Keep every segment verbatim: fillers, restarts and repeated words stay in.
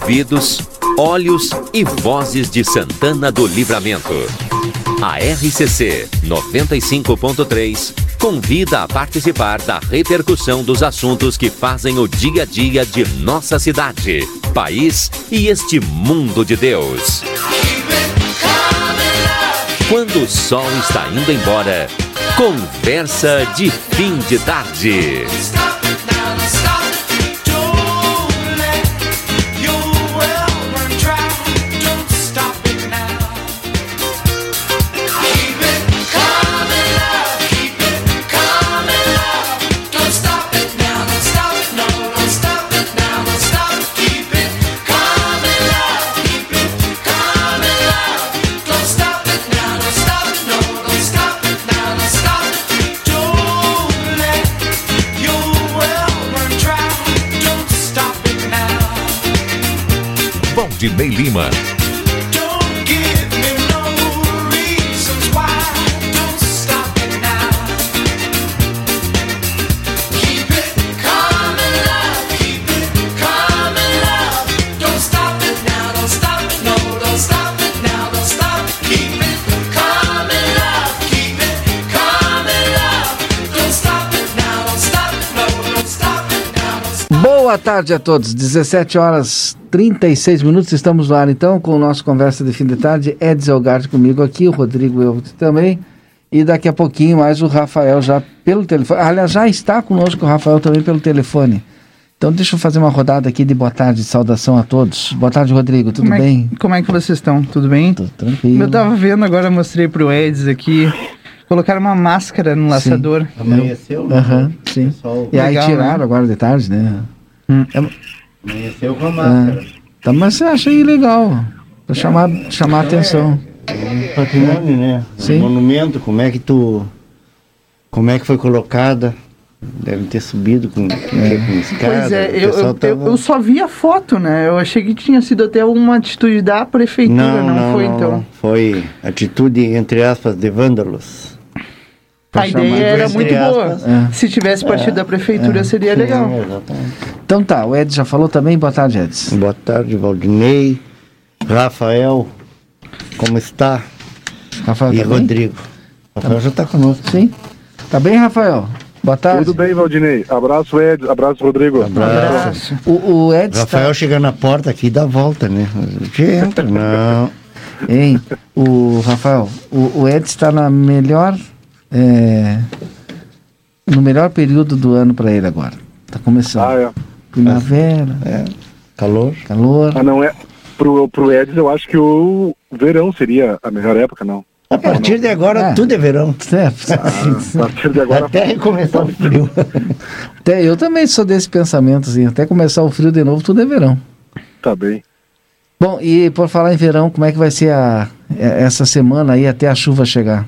ouvidos, olhos e vozes de Santana do Livramento. A R C C noventa e cinco ponto três convida a participar da repercussão dos assuntos que fazem o dia a dia de nossa cidade, país e este mundo de Deus. Quando o sol está indo embora, conversa de fim de tarde. Valdinei Lima. Boa tarde a todos, dezessete horas e trinta e seis minutos, estamos no ar então com o nosso Conversa de Fim de Tarde. Edson Elgardi comigo aqui, o Rodrigo eu também, e daqui a pouquinho mais o Rafael já pelo telefone. Aliás, já está conosco o Rafael também pelo telefone. Então deixa eu fazer uma rodada aqui de boa tarde, saudação a todos. Boa tarde, Rodrigo, tudo como é, bem? Como é que vocês estão? Tudo bem? Tudo tranquilo. Eu tava vendo agora, mostrei pro Edson aqui, colocaram uma máscara no laçador. Amanheceu, né? Uhum, sim. Pessoal, E aí legal, tiraram né? Agora de tarde, né? Hum. É, amanheceu com a máscara. tá, mas você acha aí legal, pra chamar, chamar a atenção. É um patrimônio, né? Sim. Um monumento, como é que tu... Como é que foi colocada? Deve ter subido com, com, com escada. Pois é, o eu, pessoal eu, tava- eu, eu só vi a foto, né? Eu achei que tinha sido até uma atitude da prefeitura, não, não, foi não, então? não. Foi atitude, entre aspas, de vândalos. Pra A ideia chamar- era entre muito boa. aspas. É. Se tivesse partido da prefeitura, seria legal. Sim, exatamente. Então tá, o Edson já falou também, boa tarde, Edson. Boa tarde, Valdinei, Rafael, como está? Rafael, E tá bem? Rodrigo. Rafael já está conosco. Sim. Tá bem, Rafael? Boa tarde. Tudo bem, Valdinei. Abraço, Ed. Abraço, Rodrigo. Abraço. O, o Edson Rafael tá... chega na porta aqui e dá a volta, né? Que entra, não. Hein? O Rafael, o, o Edson está na melhor... é, no melhor período do ano para ele agora. Tá começando. Ah, é. Primavera, É, calor. calor. Ah, não é. Pro, pro Ed, eu acho que o verão seria a melhor época, não. A partir de agora, É. tudo é verão. É, A partir de agora. Até recomeçar o frio. até eu também sou desse pensamento, assim, até começar o frio de novo, tudo é verão. Tá bem. Bom, e por falar em verão, como é que vai ser a, essa semana aí até a chuva chegar?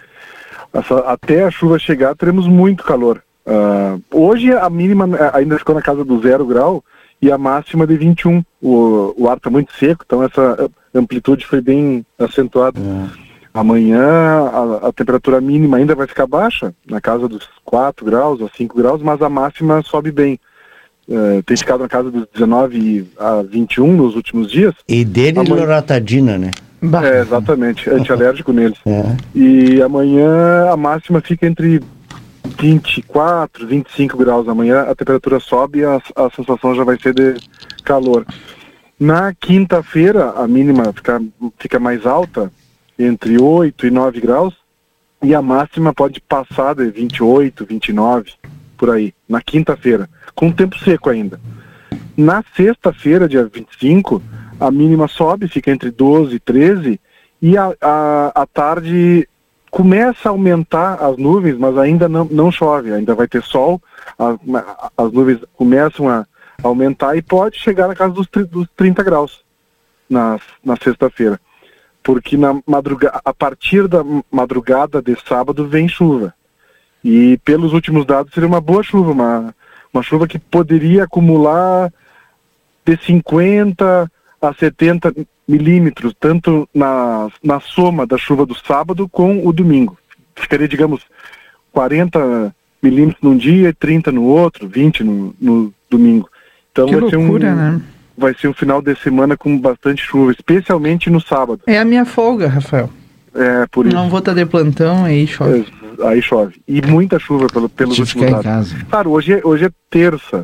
Essa- até a chuva chegar, teremos muito calor. Ah, hoje a mínima eh, ainda ficou na casa do zero grau e a máxima de vinte e um. O, o ar está muito seco, então essa amplitude foi bem acentuada. Amanhã a, a temperatura mínima ainda vai ficar baixa, na casa dos quatro graus a cinco graus, mas a máxima sobe bem. Eh, tem ficado na casa dos dezenove a vinte e um nos últimos dias. E dele, Amanhã- loratadina, né? Bah. É, exatamente, antialérgico neles. É. E amanhã a máxima fica entre vinte e quatro, vinte e cinco graus. Amanhã a temperatura sobe e a, a sensação já vai ser de calor. Na quinta-feira a mínima fica, fica mais alta, entre oito e nove graus, e a máxima pode passar de vinte e oito, vinte e nove, por aí, na quinta-feira, com tempo seco ainda. Na sexta-feira, dia vinte e cinco, a mínima sobe, fica entre doze e treze, e a, a, a tarde começa a aumentar as nuvens, mas ainda não, não chove, ainda vai ter sol, a, as nuvens começam a aumentar e pode chegar na casa dos, tri- dos trinta graus na, na sexta-feira. Porque na madruga, a partir da madrugada de sábado vem chuva. E pelos últimos dados seria uma boa chuva, uma, uma chuva que poderia acumular de cinquenta a setenta milímetros, tanto na, na soma da chuva do sábado com o domingo. Ficaria, digamos, quarenta milímetros num dia, trinta no outro, vinte no, no domingo. Então Que vai ser loucura, um, né? vai ser um final de semana com bastante chuva, especialmente no sábado. É a minha folga, Rafael. É, por isso. Não vou estar de plantão, aí chove. É, aí chove. E muita chuva pelo, pelos Tive últimos ficar em dados. casa. Claro, hoje é, hoje é terça.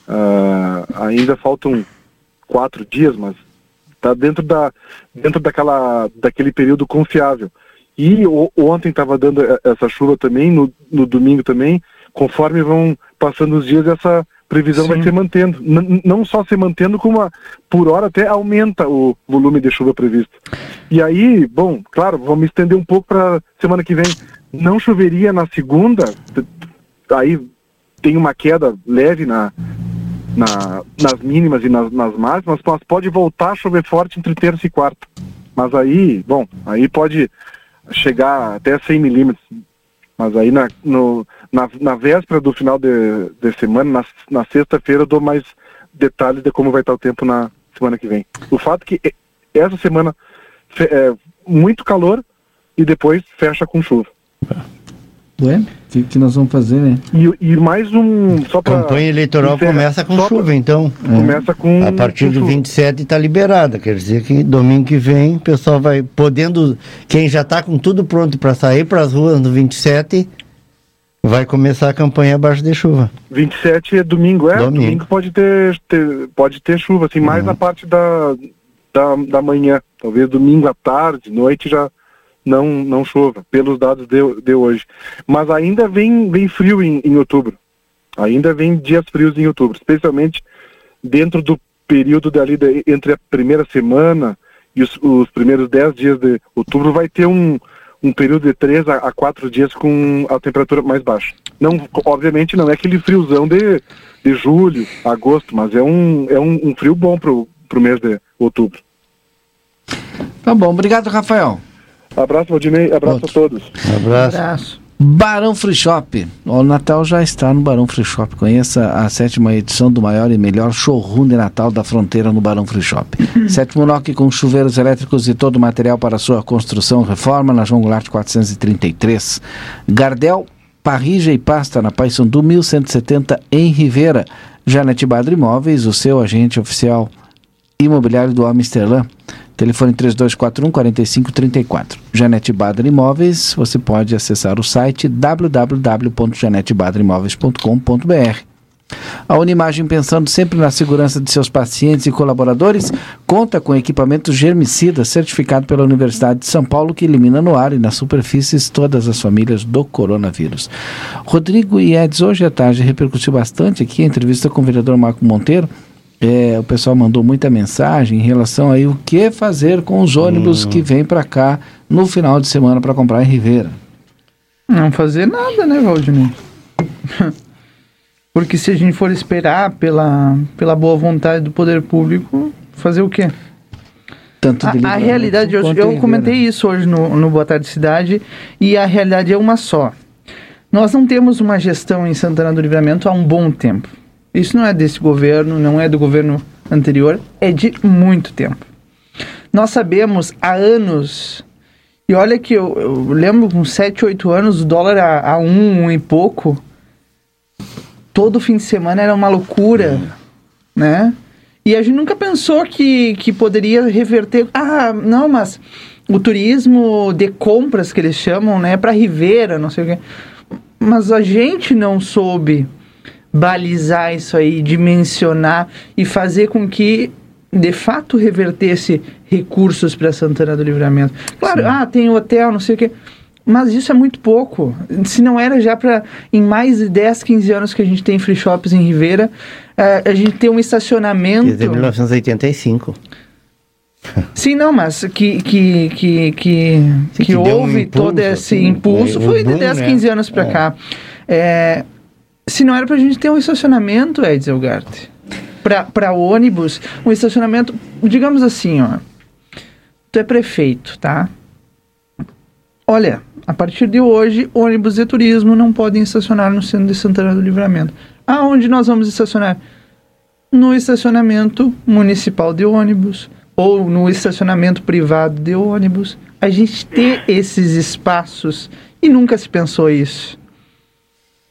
Uh, ainda faltam quatro dias, mas tá dentro, da, dentro daquela, daquele período confiável. E o, ontem estava dando essa chuva também, no, no domingo também. Conforme vão passando os dias, essa previsão Sim. vai se mantendo. N- não só se mantendo, como a, por hora até aumenta o volume de chuva previsto. E aí, bom, claro, vamos estender um pouco para semana que vem. Não choveria na segunda, t- aí tem uma queda leve na, na, nas mínimas e nas, nas máximas, mas pode voltar a chover forte entre terça e quarta. Mas aí, bom, aí pode chegar até cem milímetros. Mas aí na, no, na, na véspera do final de, de semana, na, na sexta-feira, eu dou mais detalhes de como vai estar o tempo na semana que vem. O fato é que essa semana fe, é muito calor e depois fecha com chuva. Ué, o que, que nós vamos fazer, né? E, e mais um... Só A pra campanha eleitoral encerrar, começa com só pra- chuva, então. Começa com... A partir com do chuva. vinte e sete está liberada, quer dizer que domingo que vem o pessoal vai podendo, quem já está com tudo pronto para sair para as ruas no vinte e sete, vai começar a campanha abaixo de chuva. vinte e sete é domingo, é? Domingo. Domingo, pode, ter, ter, pode ter chuva, assim, mais na parte da, da, da manhã. Talvez domingo à tarde, noite já não, não chova, pelos dados de, de hoje. Mas ainda vem, vem frio em, em outubro. Ainda vem dias frios em outubro, especialmente dentro do período dali de, entre a primeira semana e os, os primeiros dez dias de outubro, vai ter um, um período de três a, a quatro dias com a temperatura mais baixa. Não, obviamente não é aquele friozão de, de julho, agosto, mas é um, é um, um frio bom pro, pro mês de outubro. Tá bom, obrigado, Rafael. Abraço, Valdinei, abraço Outro. a todos. Um abraço. Abraço. Barão Free Shop. O Natal já está no Barão Free Shop. Conheça a sétima edição do maior e melhor showroom de Natal da fronteira no Barão Free Shop. Sétimo N O C com chuveiros elétricos e todo o material para sua construção e reforma na João Goulart quatrocentos e trinta e três. Gardel, parrija e pasta na Paissandu mil cento e setenta em Rivera. Janete Badra Imóveis, o seu agente oficial imobiliário do Amsterdã. Telefone três dois quatro um, quatro cinco três quatro. Janete Badra Imóveis, você pode acessar o site w w w ponto janete badra imóveis ponto com ponto b r. A Unimagem, pensando sempre na segurança de seus pacientes e colaboradores, conta com equipamento germicida certificado pela Universidade de São Paulo, que elimina no ar e nas superfícies todas as famílias do coronavírus. Rodrigo e Eds, hoje à tarde repercutiu bastante aqui a entrevista com o vereador Marco Monteiro. É, o pessoal mandou muita mensagem em relação aí o que fazer com os ônibus Hum. que vêm para cá no final de semana para comprar em Rivera. Não fazer nada, né, Valdinei? Porque se a gente for esperar pela, pela boa vontade do poder público, fazer o quê? Tanto de A, a Livramento realidade, eu, quanto em eu Rivera. comentei isso hoje no, no Boa Tarde Cidade, e a realidade é uma só. Nós não temos uma gestão em Santana do Livramento há um bom tempo. Isso não é desse governo, não é do governo anterior, é de muito tempo. Nós sabemos há anos, e olha que eu, eu lembro com sete, oito anos, o dólar a, a um, um e pouco, todo fim de semana era uma loucura, né? E a gente nunca pensou que, que poderia reverter. Ah, não, mas o turismo de compras, que eles chamam, né, para Rivera, não sei o quê. Mas a gente não soube balizar isso aí, dimensionar e fazer com que, de fato, revertesse recursos para Santana do Livramento. Claro, Sim. ah, tem hotel, não sei o quê. Mas isso é muito pouco. Se não era já para, em mais de dez, quinze anos que a gente tem free shops em Rivera, uh, a gente tem um estacionamento... Desde mil novecentos e oitenta e cinco. Sim, não, mas que, que, que, que, Sim, que que deu um houve impulso, todo esse assim, impulso né? foi O de boom, dez, né? quinze anos para É. cá. É, se não era pra gente ter um estacionamento, Edzelgart, para ônibus, um estacionamento, digamos assim, ó, tu é prefeito, tá? Olha, a partir de hoje, ônibus de turismo não podem estacionar no centro de Santana do Livramento. Aonde nós vamos estacionar? No estacionamento municipal de ônibus ou no estacionamento privado de ônibus. A gente ter esses espaços e nunca se pensou isso.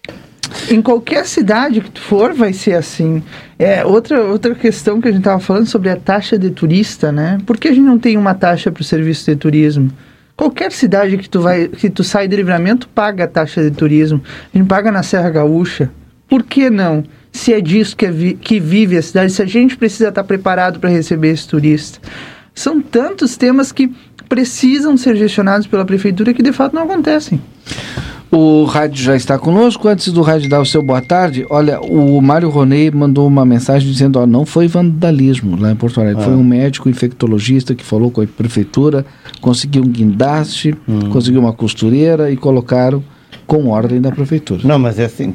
Em qualquer cidade que tu for, vai ser assim. É, outra, outra questão que a gente estava falando sobre a taxa de turista, né? Por que a gente não tem uma taxa para o serviço de turismo? Qualquer cidade que tu, vai, que tu sai de Livramento paga a taxa de turismo. A gente paga na Serra Gaúcha. Por que não? Se é disso que, é vi, que vive a cidade, se a gente precisa estar preparado para receber esse turista. São tantos temas que precisam ser gestionados pela prefeitura que de fato não acontecem. O rádio já está conosco. Antes do rádio dar o seu boa tarde, olha, o Mário Roney mandou uma mensagem dizendo, ó, não foi vandalismo lá em Porto Alegre, ah. foi um médico infectologista que falou com a prefeitura, conseguiu um guindaste, hum. conseguiu uma costureira e colocaram com ordem da prefeitura. Não, mas é assim,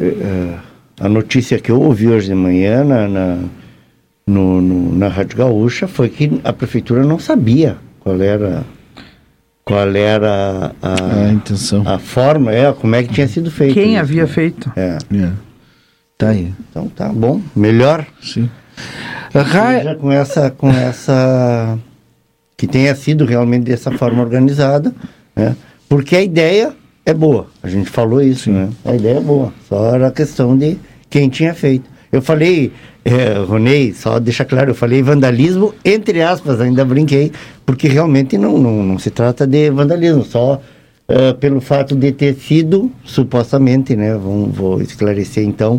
a notícia que eu ouvi hoje de manhã na, na, no, no, na Rádio Gaúcha foi que a prefeitura não sabia qual era... Qual era a, a intenção, a forma, é, como é que tinha sido feito. Quem isso, havia né? feito. É. é. Tá aí. Então tá bom, melhor. Sim. Ra... com essa, com essa, que tenha sido realmente dessa forma organizada, né? Porque a ideia é boa, a gente falou isso, Sim. né? A ideia é boa, só era a questão de quem tinha feito. Eu falei, é, Ronei, só deixa claro, eu falei vandalismo, entre aspas, ainda brinquei, porque realmente não, não, não se trata de vandalismo, só uh, pelo fato de ter sido, supostamente, né, vou, vou esclarecer então,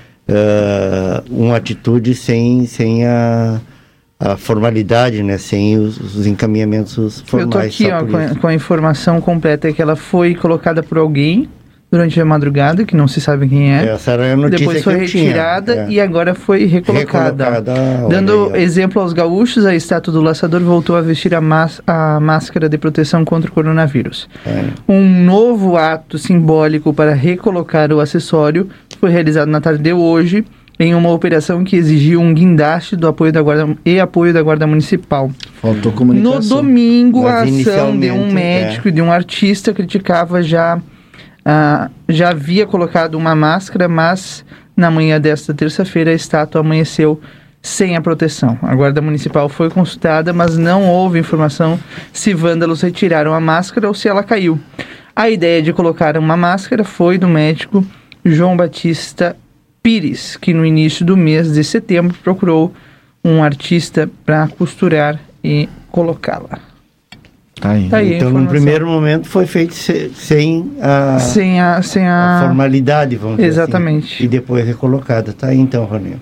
uh, uma atitude sem, sem a, a formalidade, né, sem os, os encaminhamentos formais. Eu estou aqui ó, com, a, com a informação completa, é que ela foi colocada por alguém durante a madrugada, que não se sabe quem é. Essa era a notícia. Depois foi que retirada tinha, é. e agora foi recolocada. recolocada Dando aí, exemplo aos gaúchos, a estátua do laçador voltou a vestir a, más- a máscara de proteção contra o coronavírus. É. Um novo ato simbólico para recolocar o acessório foi realizado na tarde de hoje, em uma operação que exigiu um guindaste do apoio da guarda e apoio da Guarda Municipal. Faltou comunicação. No domingo, Mas a ação de um médico é. e de um artista criticava já Uh, já havia colocado uma máscara, mas na manhã desta terça-feira a estátua amanheceu sem a proteção. A Guarda Municipal foi consultada, mas não houve informação se vândalos retiraram a máscara ou se ela caiu. A ideia de colocar uma máscara foi do médico João Batista Pires, que no início do mês de setembro procurou um artista para costurar e colocá-la. Tá aí. Tá aí então, no primeiro momento, foi feito se, sem, a, sem, a, sem a... a formalidade, vamos dizer Exatamente. assim. E depois recolocada. Tá aí, então, Ronil.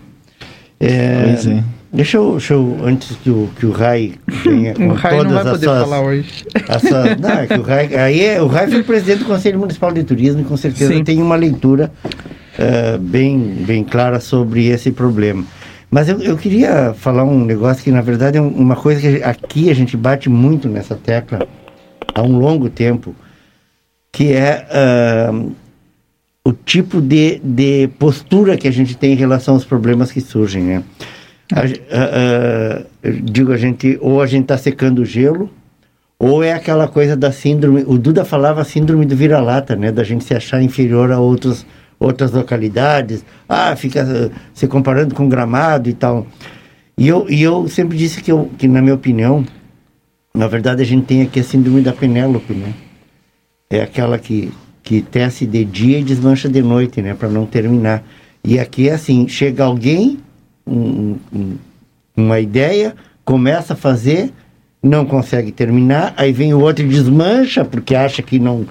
É, pois é. Deixa eu, deixa eu, antes que o, que o Rai venha com o Rai todas não vai as poder suas... falar hoje. As suas, não, é que o Rai, aí é, o Rai foi presidente do Conselho Municipal de Turismo e com certeza Sim. tem uma leitura uh, bem, bem clara sobre esse problema. Mas eu, eu queria falar um negócio que, na verdade, é uma coisa que aqui a gente bate muito nessa tecla há um longo tempo, que é uh, o tipo de, de postura que a gente tem em relação aos problemas que surgem, né? A, uh, uh, eu digo, a gente, ou a gente está secando o gelo, ou é aquela coisa da síndrome... O Duda falava síndrome do vira-lata, né? Da gente se achar inferior a outros... outras localidades, ah, fica uh, se comparando com Gramado e tal. E eu, e eu sempre disse que, eu, que, na minha opinião, na verdade a gente tem aqui a síndrome da Penélope, né? É aquela que, que tece de dia e desmancha de noite, né? Para não terminar. E aqui é assim, chega alguém, um, um, uma ideia, começa a fazer, não consegue terminar, aí vem o outro e desmancha, porque acha que não...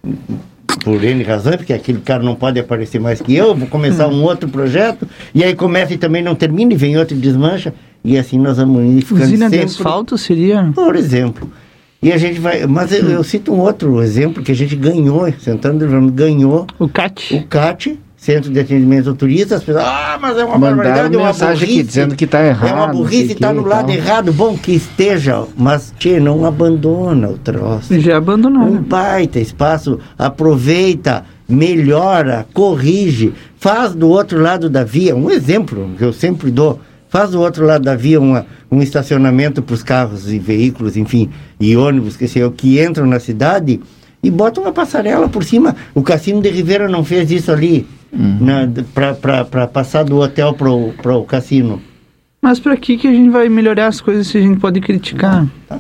por N razões, porque aquele cara não pode aparecer mais que eu, vou começar um outro projeto, e aí começa e também não termina, e vem outro e desmancha, e assim nós vamos ir ficando Usina sempre... de asfalto seria? Por exemplo. E a gente vai... Mas eu, eu cito um outro exemplo, que a gente ganhou, Santana do Livramento ganhou... O C A T. O C A T, Centro de Atendimento ao Turista, as pessoas, ah, mas é uma Mandaram barbaridade, é uma mensagem burrice. aqui dizendo que está errado. É uma burrice, está no lado errado, bom que esteja, mas, tchê, não abandona o troço. Já abandonou. Um baita espaço, aproveita, melhora, corrige, faz do outro lado da via, um exemplo que eu sempre dou, faz do outro lado da via uma, um estacionamento para os carros e veículos, enfim, e ônibus, que, sei, que entram na cidade, e bota uma passarela por cima. O Cassino de Ribeira não fez isso ali, uhum. para passar do hotel para o cassino. Mas para que, que a gente vai melhorar as coisas se a gente pode criticar? Tá.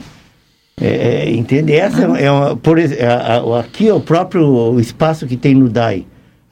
É, entende? Essa ah. é uma, por, é, aqui é o próprio espaço que tem no D A I.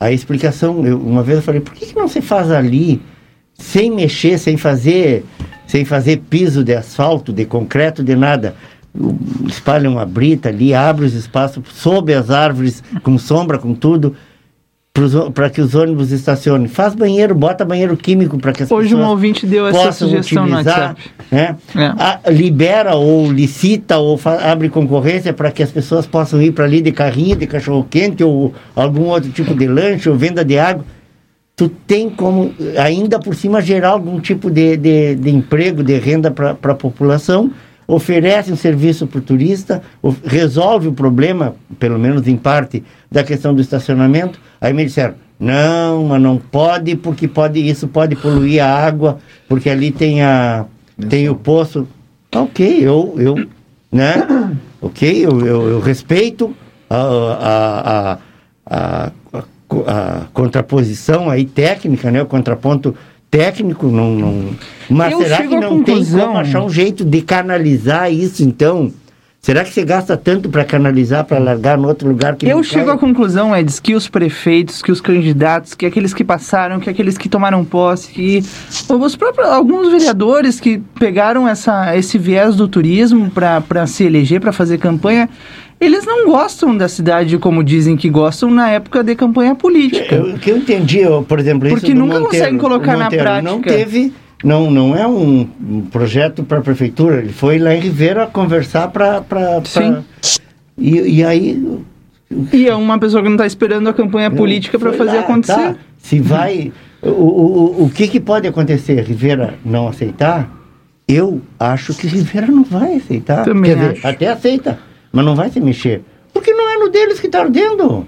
a explicação, eu, uma vez eu falei, por que, que não se faz ali, sem mexer, sem fazer, sem fazer piso de asfalto, de concreto, de nada? Espalha uma brita ali, abre os espaços, sob as árvores, com sombra, com tudo, para que os ônibus estacionem. Faz banheiro, bota banheiro químico para que as Hoje pessoas um ouvinte deu essa sugestão utilizar, no WhatsApp. Né? É. A, libera ou licita ou fa- abre concorrência para que as pessoas possam ir para ali de carrinho, de cachorro-quente ou algum outro tipo de lanche ou venda de água. Tu tem como, ainda por cima, gerar algum tipo de, de, de emprego, de renda para a população, oferece um serviço para o turista, o, resolve o problema, pelo menos em parte, da questão do estacionamento. Aí me disseram, não, mas não pode, porque pode, isso pode poluir a água, porque ali tem, a, tem o poço. Ok, eu, eu né? Ok, eu, eu, eu respeito a, a, a, a, a, a contraposição aí técnica, né? O contraponto técnico, não, não... mas eu será que não tem como achar um jeito de canalizar isso, então? Será que você gasta tanto para canalizar, para largar no outro lugar que Eu não chego cai? à conclusão, Edson, que os prefeitos, que os candidatos, que aqueles que passaram, que aqueles que tomaram posse, que os próprios, alguns vereadores que pegaram essa, esse viés do turismo para se eleger, para fazer campanha, eles não gostam da cidade como dizem que gostam na época de campanha política. O que eu entendi, eu, por exemplo, isso Porque do nunca Monteiro, conseguem colocar na prática. Não teve... Não, não é um, um projeto para a prefeitura, ele foi lá em Ribeira conversar para... Sim. E, e aí... E é uma pessoa que não está esperando a campanha política para fazer lá, acontecer. Tá. Se vai... O, o, o que, que pode acontecer? Ribeira não aceitar? Eu acho que Ribeira não vai aceitar. Também Quer acho. dizer, até aceita, mas não vai se mexer. Porque não é no deles que está ardendo.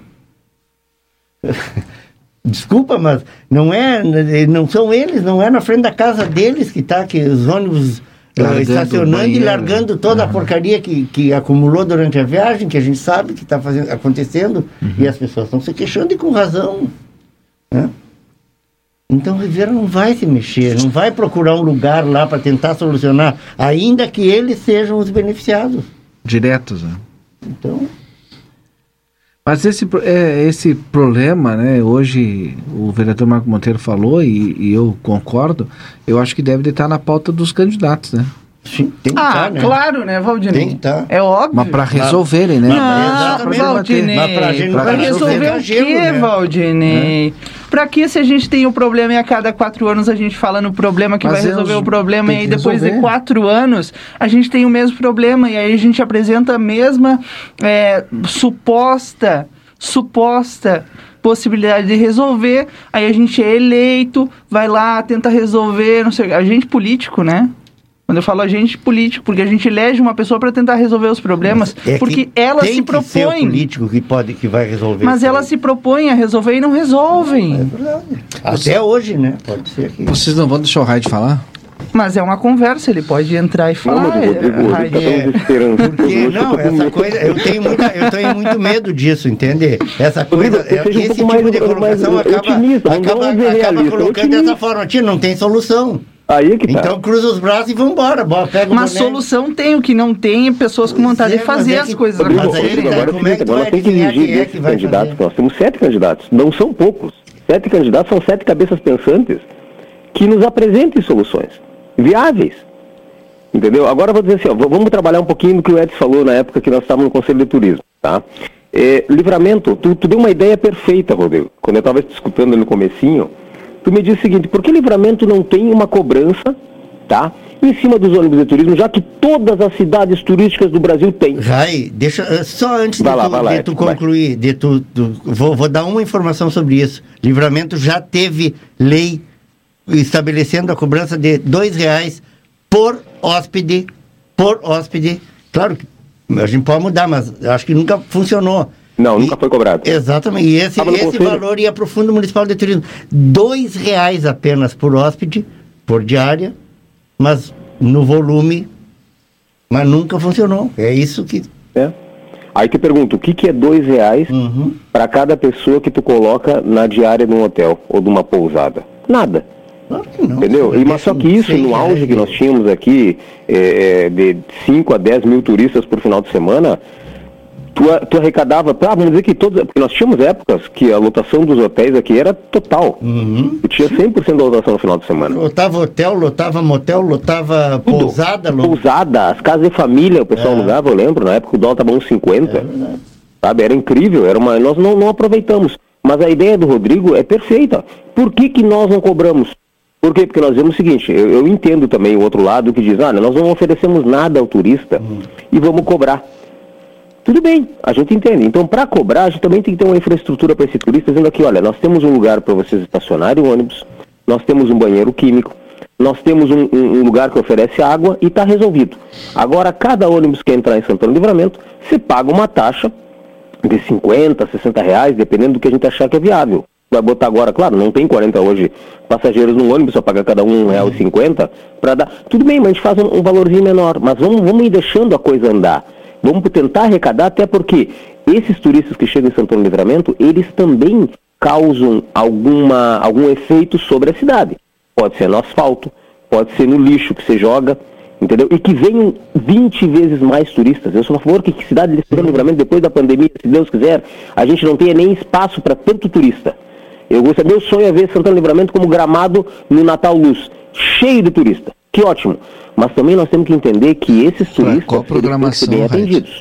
Desculpa, mas não é, não são eles, não é na frente da casa deles que está, que os ônibus uh, estacionando banheiro, e largando toda uhum. a porcaria que, que acumulou durante a viagem, que a gente sabe que está acontecendo, uhum. e as pessoas estão se queixando e com razão. Né? Então Ribeira não vai se mexer, não vai procurar um lugar lá para tentar solucionar, ainda que eles sejam os beneficiados. Diretos, né? Então... Mas esse, é, esse problema, né, hoje o vereador Marco Monteiro falou e, e eu concordo, eu acho que deve estar na pauta dos candidatos, né? Sim, tem que ah, estar, né? claro, né, Valdinei? Tem que estar. É óbvio. Mas para resolverem, né? Não, Valdinei. Mas pra gente Para resolver o quê, né? Valdinei? É. Pra que se a gente tem o problema e a cada quatro anos a gente fala no problema que Mas vai resolver o problema e aí depois resolver. de quatro anos a gente tem o mesmo problema e aí a gente apresenta a mesma é, suposta, suposta possibilidade de resolver, aí a gente é eleito, vai lá, tenta resolver, não sei, a gente político, né? Quando eu falo agente político, porque a gente elege uma pessoa para tentar resolver os problemas, é porque ela se propõe. Tem que ser o político que pode, que vai resolver. Mas ela se propõe a resolver e não resolvem. É verdade. Até Você... hoje, né? Pode ser que... Vocês não vão deixar o Raid falar? Mas é uma conversa, ele pode entrar e falar. Não, mas Rodrigo, Raid. tá é, porque não, essa coisa, eu tenho, muita, eu tenho muito medo disso, entende? Essa coisa, Rodrigo, esse um tipo mais, de colocação acaba, otimista, acaba, acaba colocando dessa forma, tia, não tem solução. Aí é que tá. Então cruza os braços e vambora. Pega mas solução tem, o que não tem é pessoas com vontade é, de fazer é as que, coisas acontecerem. Agora, como é que agora tem que exigir é desses candidatos, fazer? Nós temos sete candidatos, não são poucos. Sete candidatos são sete cabeças pensantes que nos apresentem soluções viáveis. Entendeu? Agora eu vou dizer assim, ó, vamos trabalhar um pouquinho no que o Edson falou na época que nós estávamos no Conselho de Turismo, tá? É, livramento, tu, tu deu uma ideia perfeita, Rodrigo. Quando eu estava te escutando no comecinho, tu me disse o seguinte, por que Livramento não tem uma cobrança, tá, em cima dos ônibus de turismo, já que todas as cidades turísticas do Brasil têm? Rai, deixa, só antes vai de, lá, tu, lá, de tu concluir, de tu, tu, vou, vou dar uma informação sobre isso. Livramento já teve lei estabelecendo a cobrança de dois reais por hóspede, por hóspede. Claro que a gente pode mudar, mas acho que nunca funcionou. Não, e, nunca foi cobrado. Exatamente. E esse, esse valor ia para o Fundo Municipal de Turismo. Dois reais apenas por hóspede, por diária, mas no volume, mas nunca funcionou. É isso que... É. Aí te pergunto, o que, que é dois reais uhum. para cada pessoa que tu coloca na diária de um hotel ou de uma pousada? Nada. Claro que não. Entendeu? E, mas só que isso, no auge que nós tínhamos aqui, é, de cinco a dez mil turistas por final de semana... tu, tu arrecadava, ah, vamos dizer que todos, porque nós tínhamos épocas que a lotação dos hotéis aqui era total. Uhum. Tu tinha cem por cento da lotação no final de semana. Lotava hotel, lotava motel, lotava Tudo. pousada. Lo... Pousada, as casas de família, o pessoal é. alugava, eu lembro, na época o dólar estava uns cinquenta. É, sabe, era incrível, era uma, nós não, não aproveitamos. Mas a ideia do Rodrigo é perfeita. Por que que nós não cobramos? Por quê? Porque nós vemos o seguinte, eu, eu entendo também o outro lado que diz, ah, nós não oferecemos nada ao turista uhum. e vamos cobrar. Tudo bem, a gente entende. Então, para cobrar, a gente também tem que ter uma infraestrutura para esse turista, dizendo aqui, olha, nós temos um lugar para vocês estacionarem o ônibus, nós temos um banheiro químico, nós temos um, um, um lugar que oferece água e está resolvido. Agora, cada ônibus que entrar em Santana do Livramento, você paga uma taxa de cinquenta, sessenta reais, dependendo do que a gente achar que é viável. Vai botar agora, claro, não tem quarenta hoje passageiros no ônibus, só paga cada um um real e cinquenta para dar. Tudo bem, mas a gente faz um, um valorzinho menor, mas vamos, vamos ir deixando a coisa andar. Vamos tentar arrecadar, até porque esses turistas que chegam em Santana do Livramento, eles também causam alguma, algum efeito sobre a cidade. Pode ser no asfalto, pode ser no lixo que você joga, entendeu? E que venham vinte vezes mais turistas. Eu sou a favor que a cidade de Santana do Livramento, depois da pandemia, se Deus quiser, a gente não tenha nem espaço para tanto turista. Eu gostaria, meu sonho é ver Santana do Livramento como Gramado no Natal Luz, cheio de turista. Que ótimo. Mas também nós temos que entender que esses turistas têm que ser bem atendidos.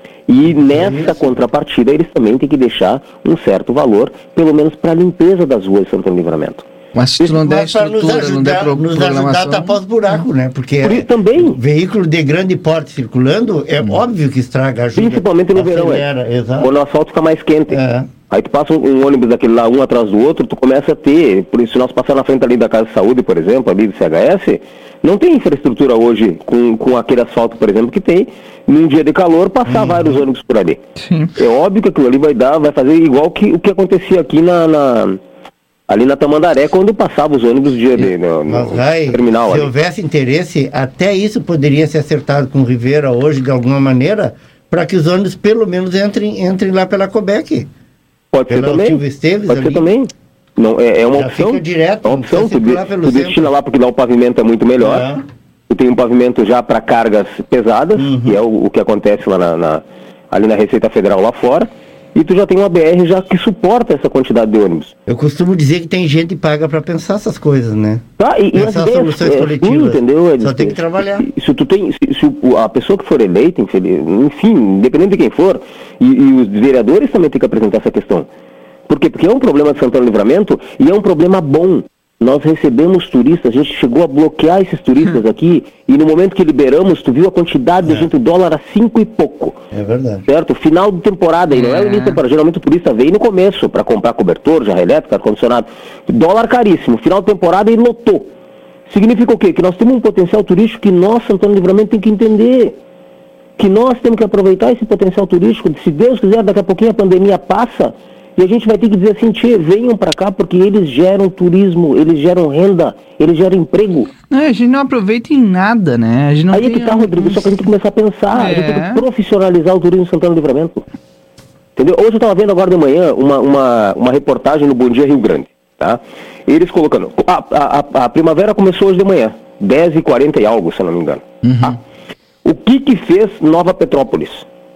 E nessa contrapartida eles também têm que deixar um certo valor, pelo menos para a limpeza das ruas de Santana do Livramento. Mas se tu não der estrutura, nos ajudar, não der pro, nos programação... ajudar a tapar os buracos, né? Porque Por isso, também. veículo de grande porte circulando, é hum. óbvio que estraga a ajuda. Principalmente no verão, é. Quando o asfalto fica mais quente. É. Aí tu passa um, um ônibus daquele lá, um atrás do outro, tu começa a ter, por isso se nós passar na frente ali da Casa de Saúde, por exemplo, ali do C H S, não tem infraestrutura hoje com, com aquele asfalto, por exemplo, que tem, num dia de calor, passar uhum. vários ônibus por ali. Sim. É óbvio que aquilo ali vai dar, vai fazer igual que o que acontecia aqui na... na ali na Tamandaré, quando passava os ônibus dia de, no, Mas, no Rai, terminal. Se ali. houvesse interesse, até isso poderia ser acertado com o Rivera hoje, de alguma maneira, para que os ônibus pelo menos entrem, entrem lá pela Cobec. Pode ser também. Esteves, Pode ali. ser também. Não, é, é uma Já opção. Fica direto, é uma opção. Tu, de, tu destina lá porque lá o pavimento é muito melhor. É. Tu tem um pavimento já para cargas pesadas, uhum. que é o, o que acontece lá na, na, ali na Receita Federal lá fora. E tu já tem uma B R já que suporta essa quantidade de ônibus. Eu costumo dizer que tem gente que paga para pensar essas coisas, né? Tá, e, pensar e as soluções é, coletivas. Sim, entendeu? É, Só tem que trabalhar. Se, se tu tem, se, se a pessoa que for eleita, enfim, independente de quem for, e, e os vereadores também têm que apresentar essa questão. Por quê? Porque é um problema de Santana do Livramento e é um problema bom. Nós recebemos turistas, a gente chegou a bloquear esses turistas aqui e no momento que liberamos, tu viu a quantidade é. de gente, o dólar a cinco e pouco. É verdade. Certo? Final de temporada, é. e não é o início de temporada. Geralmente o turista vem no começo para comprar cobertor, jarra elétrica, ar-condicionado. Dólar caríssimo, final de temporada e lotou. Significa o quê? Que nós temos um potencial turístico que nós, Santana do Livramento, tem que entender. Que nós temos que aproveitar esse potencial turístico. Se Deus quiser, daqui a pouquinho a pandemia passa... E a gente vai ter que dizer assim, tchê, venham para cá porque eles geram turismo, eles geram renda, eles geram emprego. Não, a gente não aproveita em nada, né? A gente não Aí é que tá, Rodrigo, só que a gente tem que começar a pensar, é. a gente tem que profissionalizar o turismo em Santana do Livramento. Entendeu? Hoje eu estava vendo agora de manhã uma, uma, uma reportagem no Bom Dia Rio Grande, tá? Eles colocando, a, a, a primavera começou hoje de manhã, dez e quarenta e algo, se eu não me engano. Uhum. Tá? O que que fez Nova Petrópolis?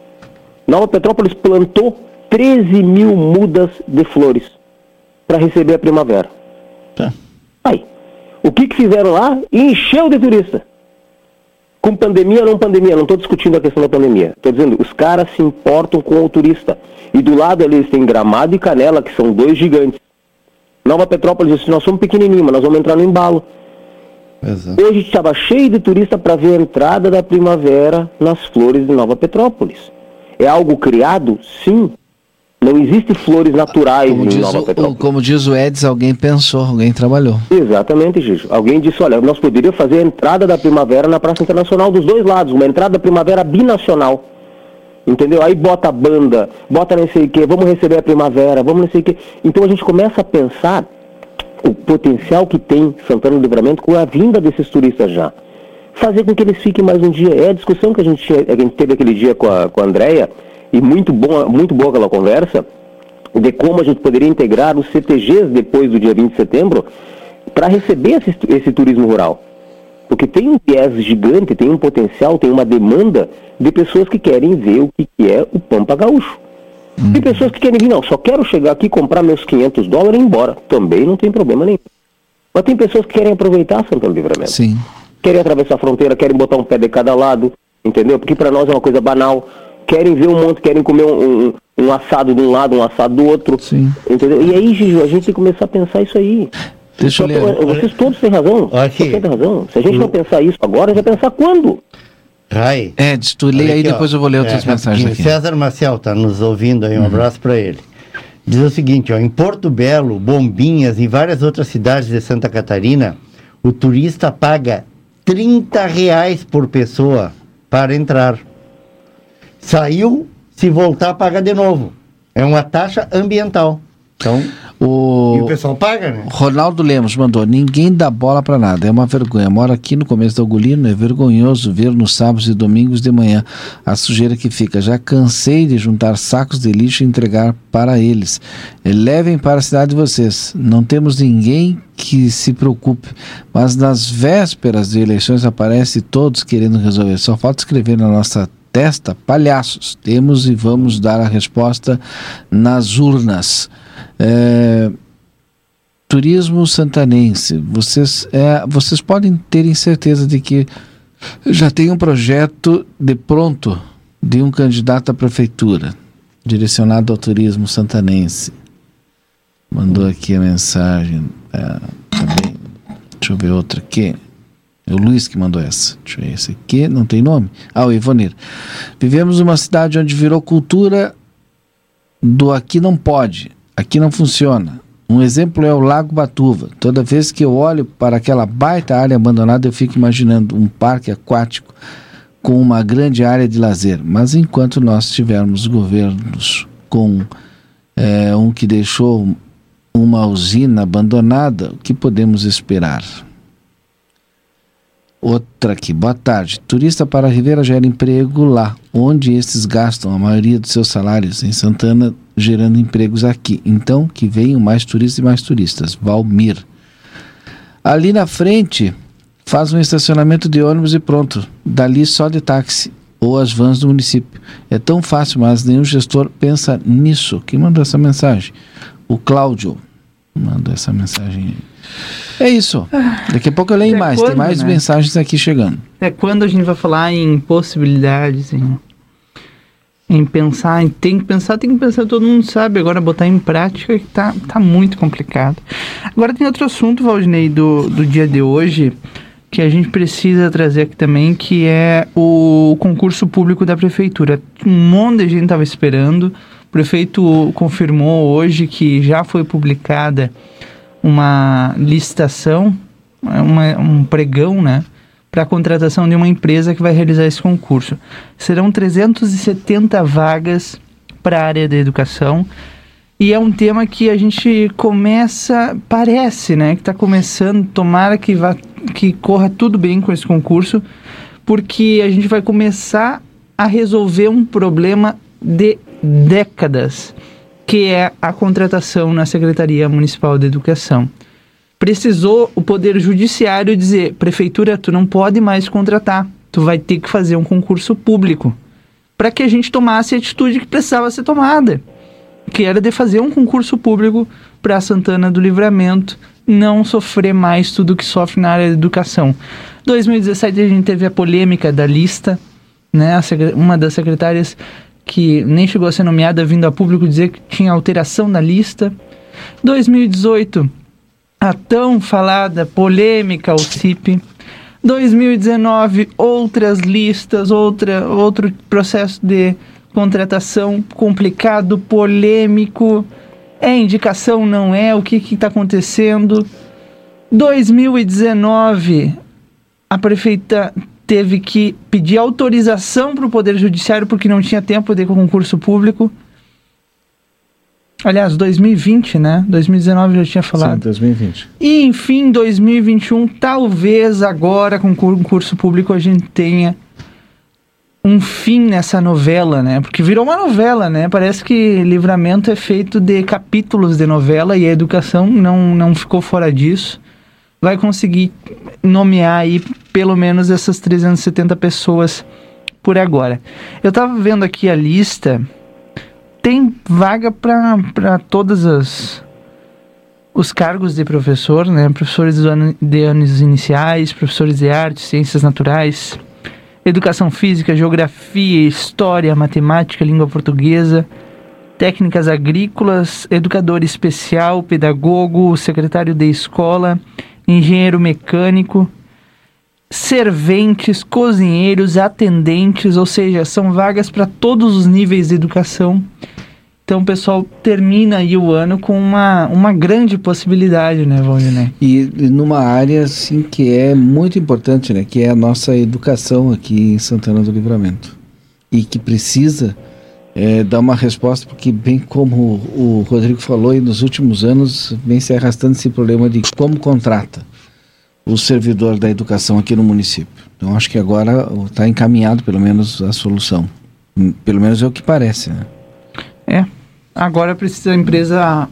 Nova Petrópolis plantou treze mil mudas de flores para receber a primavera. Tá. Aí, o que que fizeram lá? Encheu de turista. Com pandemia ou não pandemia, não estou discutindo a questão da pandemia. Estou dizendo, os caras se importam com o turista. E do lado eles têm Gramado e Canela, que são dois gigantes. Nova Petrópolis disse, nós somos pequenininhos, mas nós vamos entrar no embalo. Exato. Hoje estava cheio de turista para ver a entrada da primavera nas flores de Nova Petrópolis. É algo criado? Sim. Não existem flores naturais como em Nova Petrópolis. O, como diz o Eds, alguém pensou, alguém trabalhou. Exatamente, Gigi. Alguém disse, olha, nós poderíamos fazer a entrada da primavera na Praça Internacional dos dois lados, uma entrada da primavera binacional. Entendeu? Aí bota a banda, bota não sei o quê, vamos receber a primavera, vamos não sei o quê. Então a gente começa a pensar o potencial que tem Santana do Livramento com a vinda desses turistas já. Fazer com que eles fiquem mais um dia. É a discussão que a gente, a gente teve aquele dia com a, com a Andréia, e muito, bom, muito boa aquela conversa, de como a gente poderia integrar os C T Gs depois do dia vinte de setembro para receber esse, esse turismo rural. Porque tem um viés gigante, tem um potencial, tem uma demanda de pessoas que querem ver o que, que é o Pampa Gaúcho. Hum. Tem pessoas que querem vir, não, só quero chegar aqui, comprar meus quinhentos dólares e ir embora. Também não tem problema nenhum. Mas tem pessoas que querem aproveitar Santana do Livramento. Sim. Querem atravessar a fronteira, querem botar um pé de cada lado, entendeu? Porque para nós é uma coisa banal. Querem ver um monte, querem comer um, um, um assado de um lado, um assado do outro. Sim. Entendeu? E aí, Gigi, a gente tem que começar a pensar isso aí. Deixa eu ler. Vocês todos têm razão. Okay. Vocês têm razão. Se a gente não pensar isso agora, já pensar quando? Rai. Ed, tu lê aí, Aqui, depois ó, eu vou ler outras é, mensagens aqui. César Maciel está nos ouvindo aí, um uhum. abraço para ele. Diz o seguinte, ó, em Porto Belo, Bombinhas e várias outras cidades de Santa Catarina, o turista paga trinta reais por pessoa para entrar. Saiu, se voltar, paga de novo. É uma taxa ambiental. Então, o... e o pessoal paga, né? Ronaldo Lemos mandou, ninguém dá bola pra nada, é uma vergonha. Moro aqui no começo do Agulino, é vergonhoso ver nos sábados e domingos de manhã a sujeira que fica. Já cansei de juntar sacos de lixo e entregar para eles. Levem para a cidade de vocês. Não temos ninguém que se preocupe, mas nas vésperas de eleições aparece todos querendo resolver. Só falta escrever na nossa testa, palhaços. Temos e vamos dar a resposta nas urnas. É, turismo santanense, vocês, é, vocês podem terem certeza de que já tem um projeto de pronto de um candidato à prefeitura direcionado ao turismo santanense. Mandou aqui a mensagem, é, também, deixa eu ver outra aqui. É o Luiz que mandou essa. Deixa eu ver, esse aqui não tem nome. Ah, o Ivonir. Vivemos numa cidade onde virou cultura do aqui não pode, aqui não funciona. Um exemplo é o Lago Batuva. Toda vez que eu olho para aquela baita área abandonada, eu fico imaginando um parque aquático com uma grande área de lazer. Mas enquanto nós tivermos governos com é, um que deixou uma usina abandonada, o que podemos esperar? Outra aqui, boa tarde. Turista para Ribeira gera emprego lá, onde esses gastam a maioria dos seus salários em Santana, gerando empregos aqui. Então, que venham mais turistas e mais turistas. Valmir. Ali na frente, faz um estacionamento de ônibus e pronto. Dali só de táxi ou as vans do município. É tão fácil, mas nenhum gestor pensa nisso. Quem mandou essa mensagem? O Cláudio mandou essa mensagem aí. É isso. Daqui a pouco eu leio é mais. Quando, tem mais né? mensagens aqui chegando. É quando a gente vai falar em possibilidades, em, em pensar, em, tem que pensar, tem que pensar, todo mundo sabe. Agora botar em prática que tá, tá muito complicado. Agora tem outro assunto, Valdinei, do, do dia de hoje, que a gente precisa trazer aqui também, que é o concurso público da prefeitura. Um monte de gente estava esperando. O prefeito confirmou hoje que já foi publicada uma licitação, uma, um pregão, né, para a contratação de uma empresa que vai realizar esse concurso. Serão trezentas e setenta vagas para a área da educação e é um tema que a gente começa, parece, né, que está começando, tomara que, vá, que corra tudo bem com esse concurso, porque a gente vai começar a resolver um problema de décadas, que é a contratação na Secretaria Municipal de Educação. Precisou o Poder Judiciário dizer, prefeitura, tu não pode mais contratar, tu vai ter que fazer um concurso público, para que a gente tomasse a atitude que precisava ser tomada, que era de fazer um concurso público para Santana do Livramento não sofrer mais tudo que sofre na área da educação. Em dois mil e dezessete a gente teve a polêmica da lista, né? A secre- uma das secretárias que nem chegou a ser nomeada, vindo a público dizer que tinha alteração na lista. dois mil e dezoito, a tão falada polêmica ao C I P. dois mil e dezenove, outras listas, outra, outro processo de contratação complicado, polêmico. É indicação, não é? O que está acontecendo? dois mil e dezenove, a prefeita teve que pedir autorização para o Poder Judiciário porque não tinha tempo de concurso público. Aliás, dois mil e vinte, né? dois mil e dezenove já tinha falado. Sim, dois mil e vinte. E, enfim, dois mil e vinte e um, talvez agora com concurso público a gente tenha um fim nessa novela, né? Porque virou uma novela, né? Parece que Livramento é feito de capítulos de novela e a educação não, não ficou fora disso. Vai conseguir nomear aí pelo menos essas trezentas e setenta pessoas por agora. Eu estava vendo aqui a lista, tem vaga para todas as os cargos de professor, né? Professores de, ano, de anos iniciais, professores de artes, ciências naturais, educação física, geografia, história, matemática, língua portuguesa, técnicas agrícolas, educador especial, pedagogo, secretário de escola, engenheiro mecânico, serventes, cozinheiros, atendentes, ou seja, são vagas para todos os níveis de educação. Então o pessoal termina aí o ano com uma, uma grande possibilidade, né, Valdinei? E, e numa área, assim, que é muito importante, né, que é a nossa educação aqui em Santana do Livramento. E que precisa é, dar uma resposta, porque bem como o, o Rodrigo falou, e nos últimos anos vem se arrastando esse problema de como contrata o servidor da educação aqui no município. Então acho que agora está encaminhado pelo menos a solução. Pelo menos é o que parece, né? É, agora precisa a empresa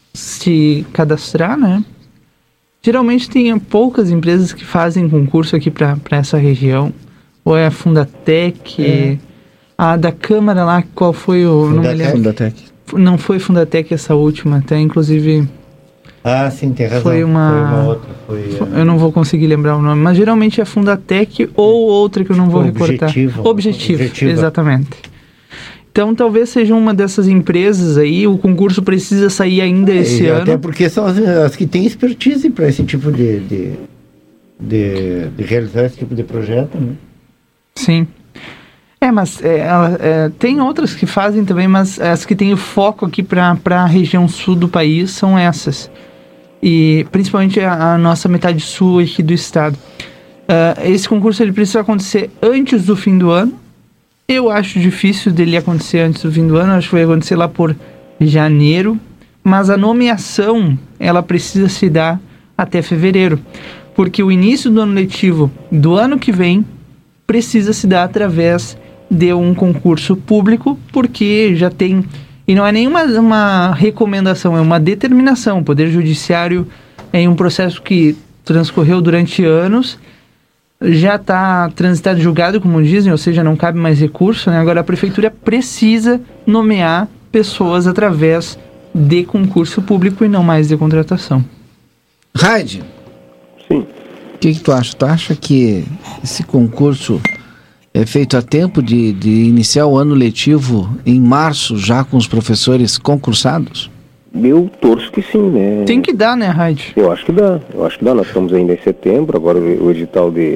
se cadastrar, né? Geralmente tem poucas empresas que fazem concurso aqui para essa região. Ou é a Fundatec, é. a da Câmara lá, qual foi o... Fundatec. Não me lembro. Fundatec. Não foi Fundatec essa última, até inclusive... Ah, sim, tem razão. Foi uma, foi uma outra. Foi, foi, eu não vou conseguir lembrar o nome, mas geralmente é Fundatec ou outra que eu não vou recortar. Objetivo. Objetivo, Objetiva. Exatamente. Então talvez seja uma dessas empresas aí, o concurso precisa sair ainda esse é, ano. Até porque são as, as que têm expertise para esse tipo de, de, de, de realizar esse tipo de projeto, né? Sim. É, mas é, é, tem outras que fazem também, mas as que têm o foco aqui para a região sul do país são essas. E principalmente a, a nossa metade sul aqui do estado. Uh, esse concurso ele precisa acontecer antes do fim do ano. Eu acho difícil dele acontecer antes do fim do ano, acho que vai acontecer lá por janeiro, mas a nomeação, ela precisa se dar até fevereiro, porque o início do ano letivo do ano que vem precisa se dar através de um concurso público, porque já tem, e não é nenhuma uma recomendação, é uma determinação. O Poder Judiciário, em um processo que transcorreu durante anos, já está transitado e julgado, como dizem, ou seja, não cabe mais recurso, né? Agora a prefeitura precisa nomear pessoas através de concurso público e não mais de contratação. Raide, Sim. o que, que tu acha? Tu acha que esse concurso é feito a tempo de, de iniciar o ano letivo em março, já com os professores concursados? Eu torço que sim, né? Tem que dar, né, Raide? Eu acho que dá, eu acho que dá. Nós estamos ainda em setembro, agora o, o edital de,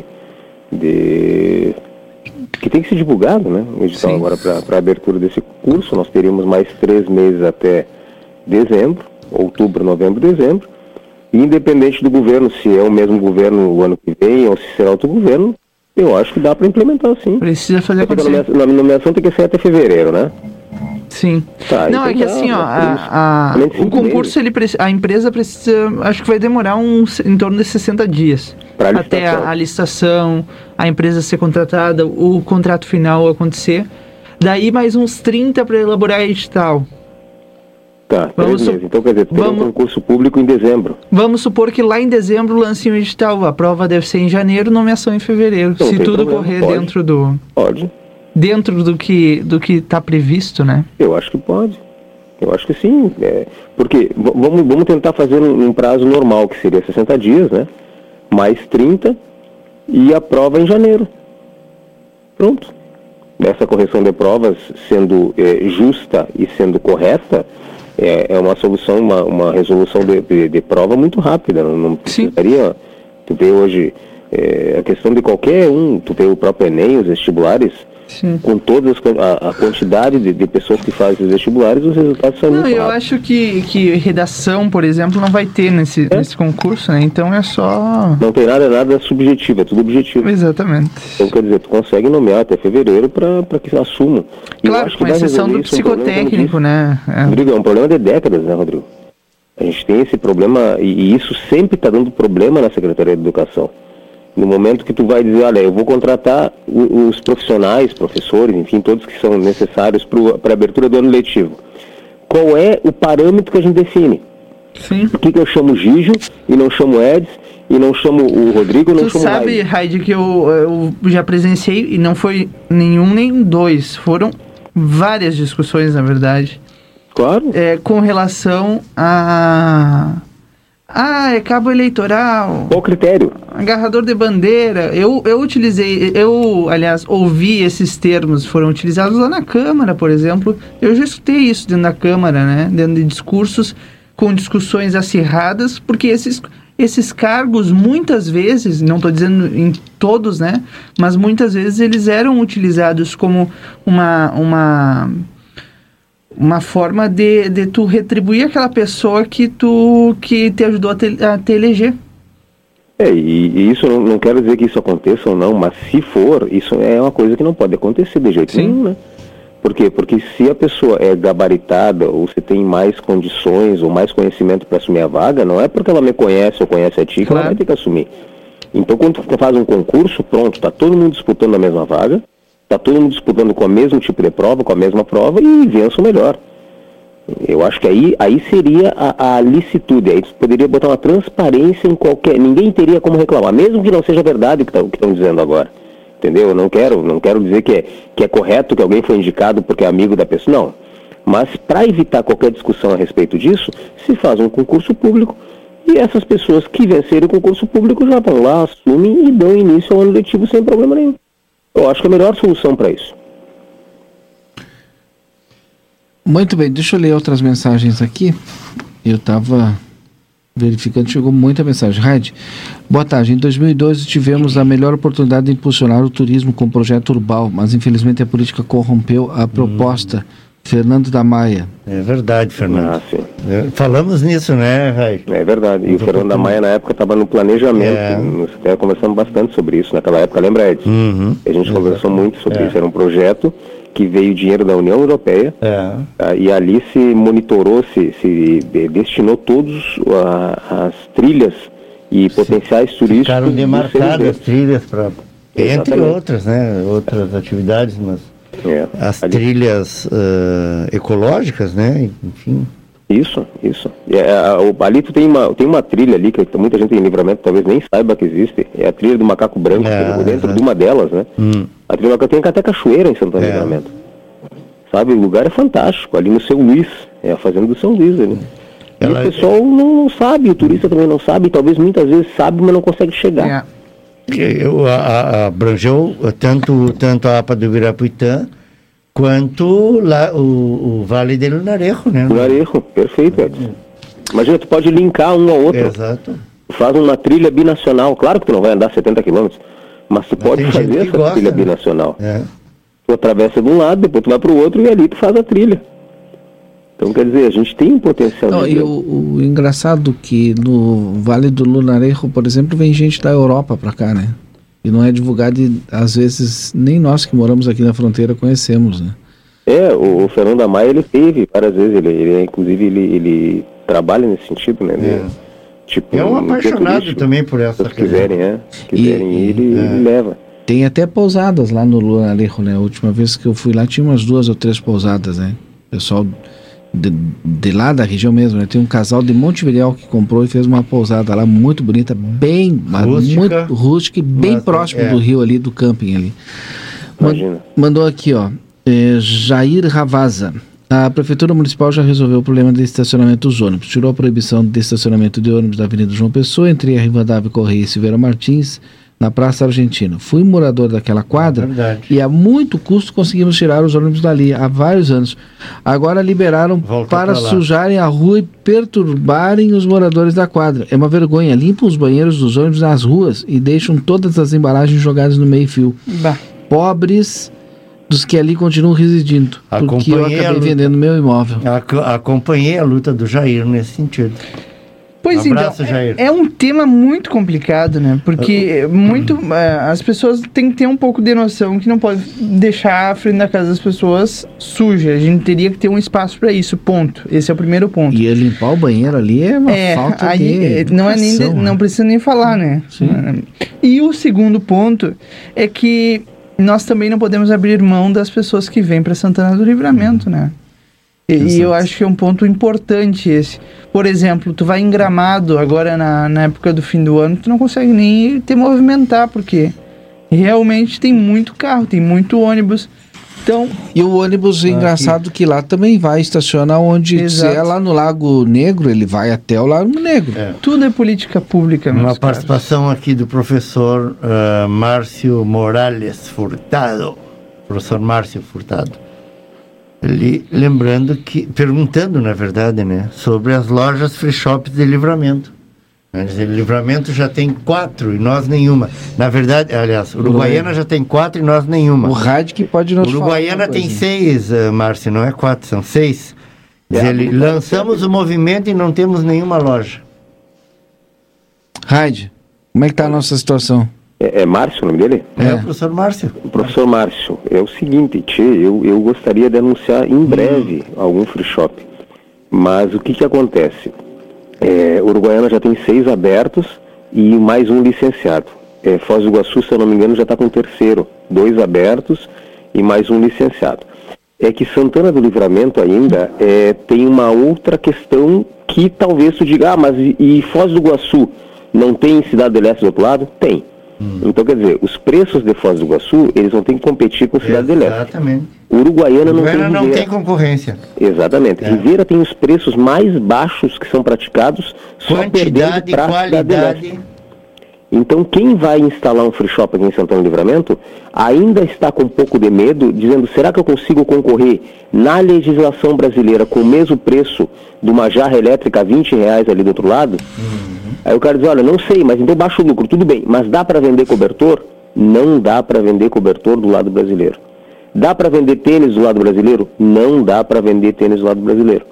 de... que tem que ser divulgado, né? O edital Sim. agora para a abertura desse curso, nós teríamos mais três meses até dezembro, outubro, novembro, dezembro. E independente do governo, se é o mesmo governo o ano que vem ou se será outro governo, eu acho que dá para implementar, sim. Precisa fazer acontecer. A nomeação tem que ser até fevereiro, né? Sim. Tá, não, então é que dá, assim, ó, dá a, a, o concurso, ele, a empresa precisa, acho que vai demorar uns, em torno de sessenta dias. Pra até a, a licitação, a empresa ser contratada, o contrato final acontecer. Daí mais uns trinta para elaborar edital. Tá, vamos três meses. Então, quer dizer, tem um concurso público em dezembro. Vamos supor que lá em dezembro lancem o edital. A prova deve ser em janeiro, nomeação em fevereiro. Não se tudo problema, correr pode. dentro do... Pode. Dentro do que do que está previsto, né? Eu acho que pode. Eu acho que sim. É, porque vamos, vamos tentar fazer um, um prazo normal, que seria sessenta dias, né? Mais trinta e a prova em janeiro. Pronto. Essa correção de provas sendo é, justa e sendo correta, é, é uma solução, uma, uma resolução de, de, de prova muito rápida. Não, não precisaria... Tu vê hoje é, a questão de qualquer um, tu vê o próprio Enem, os vestibulares... Sim. Com toda a, a quantidade de, de pessoas que fazem os vestibulares, os resultados são não, muito eu rápidos. acho que, que redação, por exemplo, não vai ter nesse, é? nesse concurso, né? Então é só... Não tem nada, nada subjetivo, é tudo objetivo. Exatamente. Então, quer dizer, tu consegue nomear até fevereiro para que assumam. Claro, com exceção do psicotécnico, um né? É. Rodrigo, é um problema de décadas, né, Rodrigo? A gente tem esse problema, e, e isso sempre está dando problema na Secretaria de Educação. No momento que tu vai dizer, olha, eu vou contratar os profissionais, professores, enfim, todos que são necessários para a abertura do ano letivo. Qual é o parâmetro que a gente define? Sim. Por que, que eu chamo Gijo e não chamo Edson e não chamo o Rodrigo, não tu chamo o sabe, Raide. Raide, que eu, eu já presenciei, e não foi nenhum nem dois, foram várias discussões, na verdade. Claro. É, com relação a... Ah, é cabo eleitoral. Qual o critério? Agarrador de bandeira. Eu, eu utilizei, eu, aliás, ouvi esses termos, foram utilizados lá na Câmara, por exemplo. Eu já escutei isso dentro da Câmara, né? Dentro de discursos com discussões acirradas, porque esses, esses cargos, muitas vezes, não estou dizendo em todos, né? Mas muitas vezes eles eram utilizados como uma... uma uma forma de, de tu retribuir aquela pessoa que, tu, que te ajudou a te, a te eleger. É, e, e isso não, não quero dizer que isso aconteça ou não, mas se for, isso é uma coisa que não pode acontecer de jeito Sim. nenhum, né? Por quê? Porque se a pessoa é gabaritada, ou se tem mais condições, ou mais conhecimento para assumir a vaga, não é porque ela me conhece ou conhece a ti que Claro. ela vai ter que assumir. Então, quando tu faz um concurso, pronto, tá todo mundo disputando a mesma vaga, tá todo mundo disputando com o mesmo tipo de prova, com a mesma prova, e vença o melhor. Eu acho que aí, aí seria a, a licitude, aí tu poderia botar uma transparência em qualquer... Ninguém teria como reclamar, mesmo que não seja verdade o que estão tá, dizendo agora. Entendeu? Eu não quero, não quero dizer que é, que é correto que alguém foi indicado porque é amigo da pessoa, não. Mas para evitar qualquer discussão a respeito disso, se faz um concurso público e essas pessoas que vencerem o concurso público já vão lá, assumem e dão início ao ano letivo sem problema nenhum. Eu acho que é a melhor solução para isso. Muito bem, deixa eu ler outras mensagens aqui. Eu estava verificando, chegou muita mensagem. Raide, boa tarde. Em dois mil e doze tivemos a melhor oportunidade de impulsionar o turismo com o projeto Urbal, mas infelizmente a política corrompeu a proposta. Hum. Fernando da Maia. É verdade, Fernando. Ah, sim. É, falamos nisso, né, Raide? É verdade. E o Fernando da Maia, na época, estava no planejamento. É. Nós até conversamos bastante sobre isso naquela época, lembra, Ed? Uhum. A gente Exatamente. conversou muito sobre É. isso. Era um projeto que veio dinheiro da União Europeia. É. Tá? E ali se monitorou, se, se destinou todos a, as trilhas e Sim. potenciais turísticos. Ficaram demarcadas trilhas para... Entre outras, né? Outras atividades, mas... É, as ali. trilhas uh, ecológicas, né? Enfim. Isso, isso. É, a, a, ali tu tem uma, tem uma trilha ali que muita gente em Livramento talvez nem saiba que existe. É a trilha do Macaco Branco, é, dentro é. de uma delas, né? Hum. A trilha do tem até cachoeira em Santana do é. Livramento. Sabe, o lugar é fantástico, ali no Seu Luís, é a fazenda do São Luís ali. Ela... E o pessoal não, não sabe, o turista também não sabe, talvez muitas vezes sabe, mas não consegue chegar. É. Eu, a, a, abrangeu tanto, tanto a A P A do Ibirapuitã quanto lá, o, o Vale de Lunarejo, né? Lunarejo, perfeito, Edson. Imagina, tu pode linkar um ao outro. Exato. Faz uma trilha binacional, claro que tu não vai andar setenta quilômetros, mas tu mas pode fazer essa gosta, trilha né? binacional. É. Tu atravessa de um lado, depois tu vai para o outro e ali tu faz a trilha. Então, quer dizer, a gente tem um potencial. Não, e o, o engraçado que no Vale do Lunarejo, por exemplo, vem gente da Europa para cá, né? E não é divulgado e, às vezes, nem nós que moramos aqui na fronteira conhecemos, né? É, o, o Fernando da Maia, ele teve várias vezes, ele, ele inclusive, ele, ele trabalha nesse sentido, né? Ele, é. Tipo, é um apaixonado também por essa Se quiserem, é. Se quiserem e, ir, ele, é. ele leva. Tem até pousadas lá no Lunarejo, né? A última vez que eu fui lá tinha umas duas ou três pousadas, né? Pessoal de, de lá da região mesmo, né? Tem um casal de Montevidéu que comprou e fez uma pousada lá muito bonita, bem, rústica, muito rústica e bem próximo é. do rio ali, do camping ali. Imagina. Mandou aqui, ó, é, Jair Ravaza. A Prefeitura Municipal já resolveu o problema de estacionamento dos ônibus. Tirou a proibição de estacionamento de ônibus da Avenida João Pessoa, entre a Rivadavia Correia e Silveira Martins, na Praça Argentina. Fui morador daquela quadra é e a muito custo conseguimos tirar os ônibus dali, há vários anos. Agora liberaram Volta para sujarem a rua e perturbarem os moradores da quadra. É uma vergonha. Limpam os banheiros dos ônibus nas ruas e deixam todas as embalagens jogadas no meio-fio. Pobres dos que ali continuam residindo, porque eu acabei vendendo meu imóvel. Acompanhei a luta do Jair nesse sentido. Pois um abraço, então, Jair. É, é um tema muito complicado, né? Porque muito, é, as pessoas têm que ter um pouco de noção que não pode deixar a frente da casa das pessoas suja. A gente teria que ter um espaço para isso, ponto. Esse é o primeiro ponto. E limpar o banheiro ali é uma é, falta aí, de é, não é nem de, né? Não precisa nem falar, né? Sim. E o segundo ponto é que nós também não podemos abrir mão das pessoas que vêm para Santana do Livramento, né? E, e eu acho que é um ponto importante esse. Por exemplo, tu vai em Gramado agora na, na época do fim do ano, tu não consegue nem te movimentar, porque realmente tem muito carro, tem muito ônibus. Então, e o ônibus, é engraçado que lá também vai estacionar onde, exato. Se é lá no Lago Negro, ele vai até o Lago Negro. É. Tudo é política pública. Uma participação caros. aqui do professor uh, Márcio Morales Furtado. Professor Márcio Furtado. Ele, lembrando que, perguntando na verdade, né, sobre as lojas free shops de Livramento. Dizer, Livramento já tem quatro e nós nenhuma. Na verdade, aliás, Uruguaiana já tem quatro e nós nenhuma. O rádio que pode nos Uruguaiana tem seis, uh, Márcio, não é quatro, são seis. Dizer, ele, lançamos o movimento e não temos nenhuma loja. Rádio, como é que está a nossa situação? É, é Márcio o nome dele? É, é o professor Márcio. O professor Márcio. É o seguinte, tchê, eu, eu gostaria de anunciar em breve hum. algum free shop. Mas o que que acontece? É, Uruguaiana já tem seis abertos e mais um licenciado. É, Foz do Iguaçu, se eu não me engano, já está com o terceiro. Dois abertos e mais um licenciado. É que Santana do Livramento ainda é, tem uma outra questão que talvez tu diga, ah, mas e, e Foz do Iguaçu não tem Cidade do Leste do outro lado? Tem. Hum. Então, quer dizer, os preços de Foz do Iguaçu, eles vão ter que competir com Cidade do Leste. Exatamente. Uruguaiana, Uruguaiana não tem não tem concorrência. Exatamente. É. Ribeira tem os preços mais baixos que são praticados, só quantidade e qualidade. Então, quem vai instalar um free shop aqui em Santana do Livramento ainda está com um pouco de medo, dizendo, será que eu consigo concorrer na legislação brasileira com o mesmo preço de uma jarra elétrica a vinte reais ali do outro lado? Uhum. Aí o cara diz, olha, não sei, mas então baixa o lucro, tudo bem, mas dá para vender cobertor? Não dá para vender cobertor do lado brasileiro. Dá para vender tênis do lado brasileiro? Não dá para vender tênis do lado brasileiro.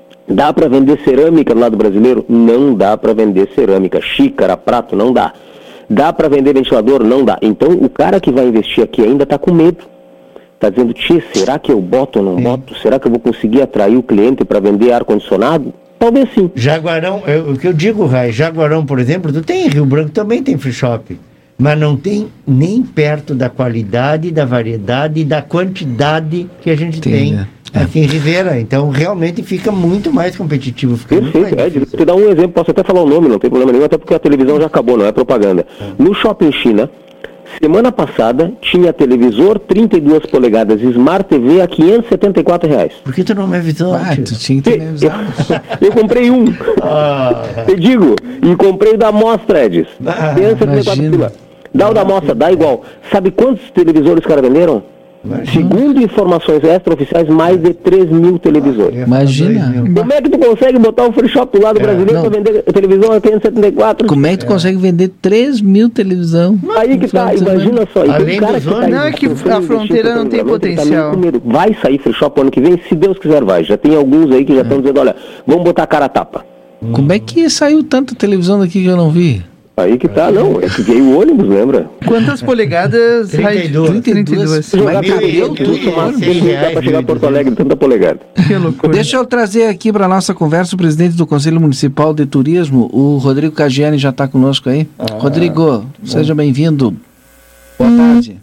Dá para vender cerâmica do lado brasileiro? Não dá para vender cerâmica. Xícara, prato, não dá. Dá para vender ventilador? Não dá. Então o cara que vai investir aqui ainda está com medo. Está dizendo, tchê, será que eu boto ou não sim. boto? Será que eu vou conseguir atrair o cliente para vender ar-condicionado? Talvez sim. Jaguarão, eu, o que eu digo, Rai, Jaguarão, por exemplo, tu tem em Rio Branco, também tem free shop. Mas não tem nem perto da qualidade, da variedade e da quantidade que a gente tem, tem é. aqui em Ribeira. Então, realmente fica muito mais competitivo. Fica muito mais é, de, te dar um exemplo, posso até falar o nome, não tem problema nenhum, até porque a televisão já acabou, não é propaganda. É. No Shopping China, semana passada, tinha televisor trinta e duas polegadas Smart T V a quinhentos e setenta e quatro reais. Por que tu não me avisou? Ah, tu tinha que me avisar. Eu, eu comprei um. Ah. Eu digo, e comprei da Mostra, Edis. Ah, quinhentos e setenta e quatro pila. Dá o da Mostra, dá igual. Sabe quantos televisores os caras venderam? Imagina. Segundo informações extraoficiais, mais de três mil televisores. Imagina. Como é que tu consegue botar um free shop do lado é, brasileiro para vender televisão a quinhentos e setenta e quatro? Como é que tu é. consegue vender três mil televisão? Aí que tá, imagina só. Além do zona, tá não é que a fronteira não tem potencial. Tá vai sair free shop ano que vem, se Deus quiser vai. Já tem alguns aí que já estão é. dizendo, olha, vamos botar a cara a tapa. Hum. Como é que saiu tanta televisão daqui que eu não vi? Aí que tá, não, é que veio o ônibus, lembra? Quantas polegadas? trinta e duas. trinta e duas. Mas cabelo tudo, mano. Dá pra chegar a Porto Alegre, tanta polegada. Que loucura. Deixa eu trazer aqui para nossa conversa o presidente do Conselho Municipal de Turismo, o Rodrigo Cagiani, já está conosco aí. Ah, Rodrigo, bom. Seja bem-vindo. Boa tarde.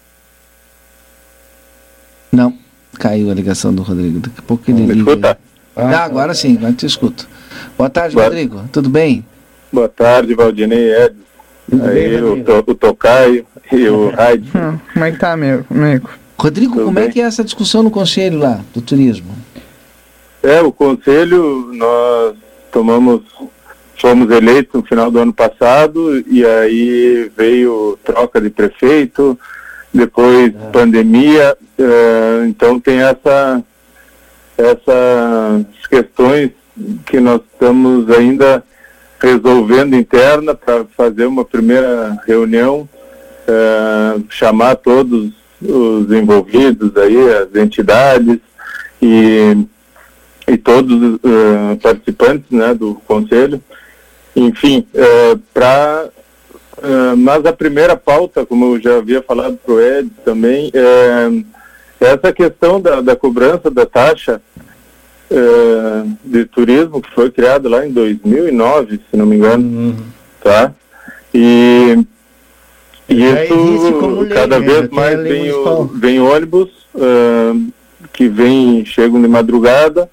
Não, caiu a ligação do Rodrigo. Daqui a pouco ele liga. Me escuta? Ah, agora sim, agora te escuto. Boa tarde, Boa. Rodrigo. Tudo bem? Boa tarde, Valdinei, Ed, aí bem, o, to, o Tocaio e o Raid. Hum, como é que tá, meu amigo? Rodrigo, Tudo como bem? é que é essa discussão no Conselho lá, do turismo? É, o Conselho, nós tomamos, fomos eleitos no final do ano passado, e aí veio troca de prefeito, depois é. pandemia, uh, então tem essa, essas questões que nós estamos ainda resolvendo interna para fazer uma primeira reunião, uh, chamar todos os envolvidos aí, as entidades e, e todos os uh, participantes, né, do Conselho, enfim, uh, para uh, mas a primeira pauta, como eu já havia falado para o Ed também, é essa questão da, da cobrança da taxa Uh, de turismo, que foi criado lá em dois mil e nove, se não me engano, uhum. tá? E, e isso, lei, cada né? vez mais vem, o, vem ônibus uh, que vêm, chegam de madrugada,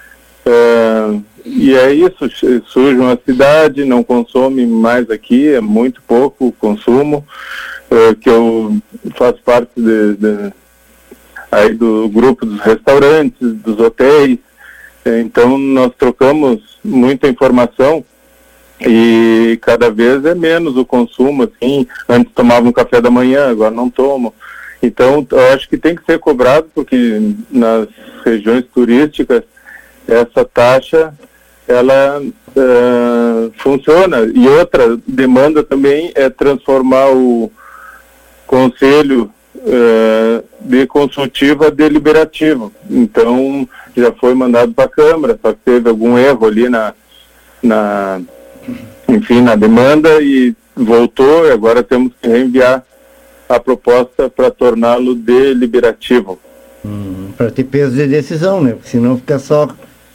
é, e é isso, sujam a cidade, não consome mais aqui, é muito pouco o consumo, é, que eu faço parte de, de, aí do grupo dos restaurantes, dos hotéis, é, então nós trocamos muita informação e cada vez é menos o consumo, assim, antes tomava um café da manhã, agora não tomo. Então, eu acho que tem que ser cobrado, porque nas regiões turísticas, essa taxa, ela uh, funciona. E outra demanda também é transformar o conselho uh, de consultivo a deliberativo. Então, já foi mandado para a Câmara, só que teve algum erro ali na, na, enfim, na demanda e voltou, e agora temos que reenviar a proposta para torná-lo deliberativo. Hum, para ter peso de decisão, né? Porque senão fica só,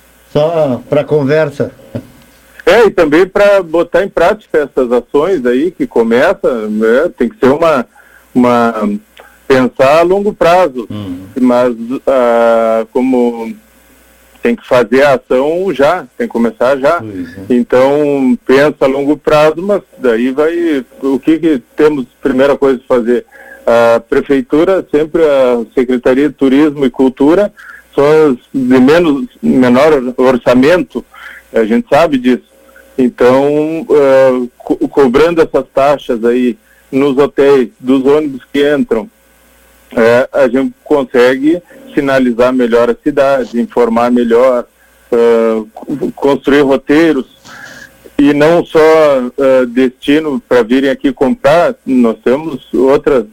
só para conversa. É, e também para botar em prática essas ações aí que começa, né? Tem que ser uma, uma pensar a longo prazo, hum. mas ah, como tem que fazer a ação já, tem que começar já. É. Então, pensa a longo prazo, mas daí vai... O que, que temos, primeira coisa a fazer? A Prefeitura, sempre a Secretaria de Turismo e Cultura, são as de menos, menor orçamento, a gente sabe disso. Então, uh, co cobrando essas taxas aí nos hotéis, dos ônibus que entram, uh, a gente consegue sinalizar melhor a cidade, informar melhor, uh, construir roteiros e não só uh, destino para virem aqui comprar, nós temos outras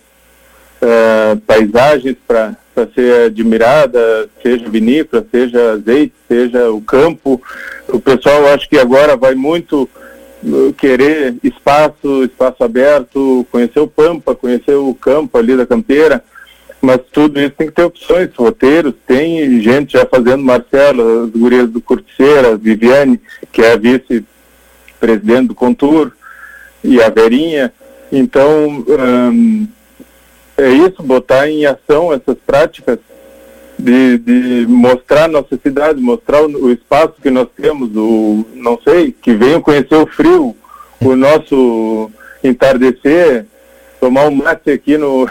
uh, paisagens para ser admirada, seja vinícola, seja azeite, seja o campo. O pessoal acho que agora vai muito uh, querer espaço, espaço aberto, conhecer o Pampa, conhecer o campo ali da Campeira. Mas tudo isso tem que ter opções, roteiros, tem gente já fazendo, Marcelo, as gurias do Curticeira, Viviane, que é a vice-presidente do Contur, e a Verinha. Então, hum, é isso, botar em ação essas práticas de, de mostrar nossa cidade, mostrar o, o espaço que nós temos, o, não sei, que venham conhecer o frio, o nosso entardecer, tomar um mate aqui no...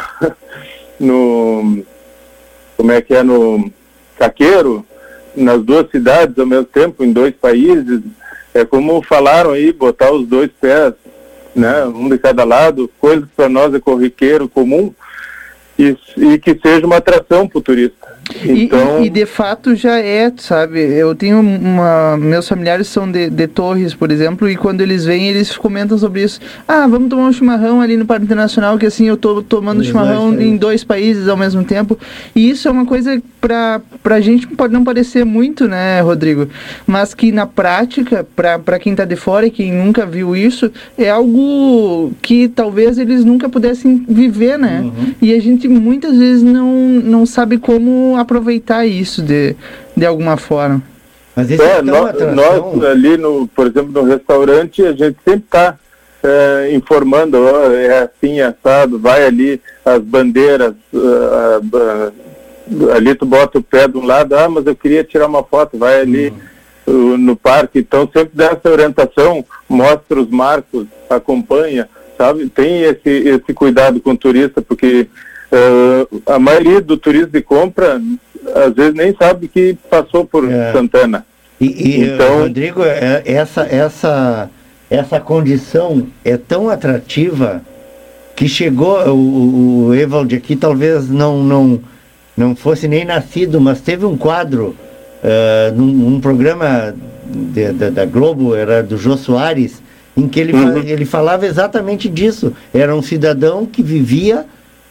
no, como é que é, no Caqueiro, nas duas cidades ao mesmo tempo, em dois países, é como falaram aí, botar os dois pés, né, um de cada lado, coisa que para nós é corriqueiro, comum, e, e que seja uma atração para o turista. Então... E, e de fato já é, sabe, eu tenho uma, meus familiares são de, de Torres, por exemplo, e quando eles vêm, eles comentam sobre isso. Ah, vamos tomar um chimarrão ali no Parque Internacional, que assim eu tô tomando chimarrão dois em dois países ao mesmo tempo, e isso é uma coisa pra, pra gente pode não parecer muito, né, Rodrigo, mas que na prática, pra, pra quem tá de fora e quem nunca viu isso, é algo que talvez eles nunca pudessem viver, né, uhum. E a gente muitas vezes não, não sabe como aproveitar isso de, de alguma forma. Mas isso é, é nós, nós ali, no, por exemplo, no restaurante, a gente sempre está é, informando, ó, é assim, assado, vai ali, as bandeiras, uh, uh, ali tu bota o pé de um lado, ah, mas eu queria tirar uma foto, vai ali uhum. uh, no parque, então sempre dá essa orientação, mostra os marcos, acompanha, sabe? Tem esse, esse cuidado com o turista, porque Uh, a maioria do turista de compra às vezes nem sabe que passou por é. Santana. E, e então, Rodrigo, essa, essa, essa condição é tão atrativa que chegou, o, o Evald aqui talvez não, não, não fosse nem nascido, mas teve um quadro uh, num, num programa de, de, da Globo, era do Jô Soares, em que ele, uhum. ele falava exatamente disso. Era um cidadão que vivia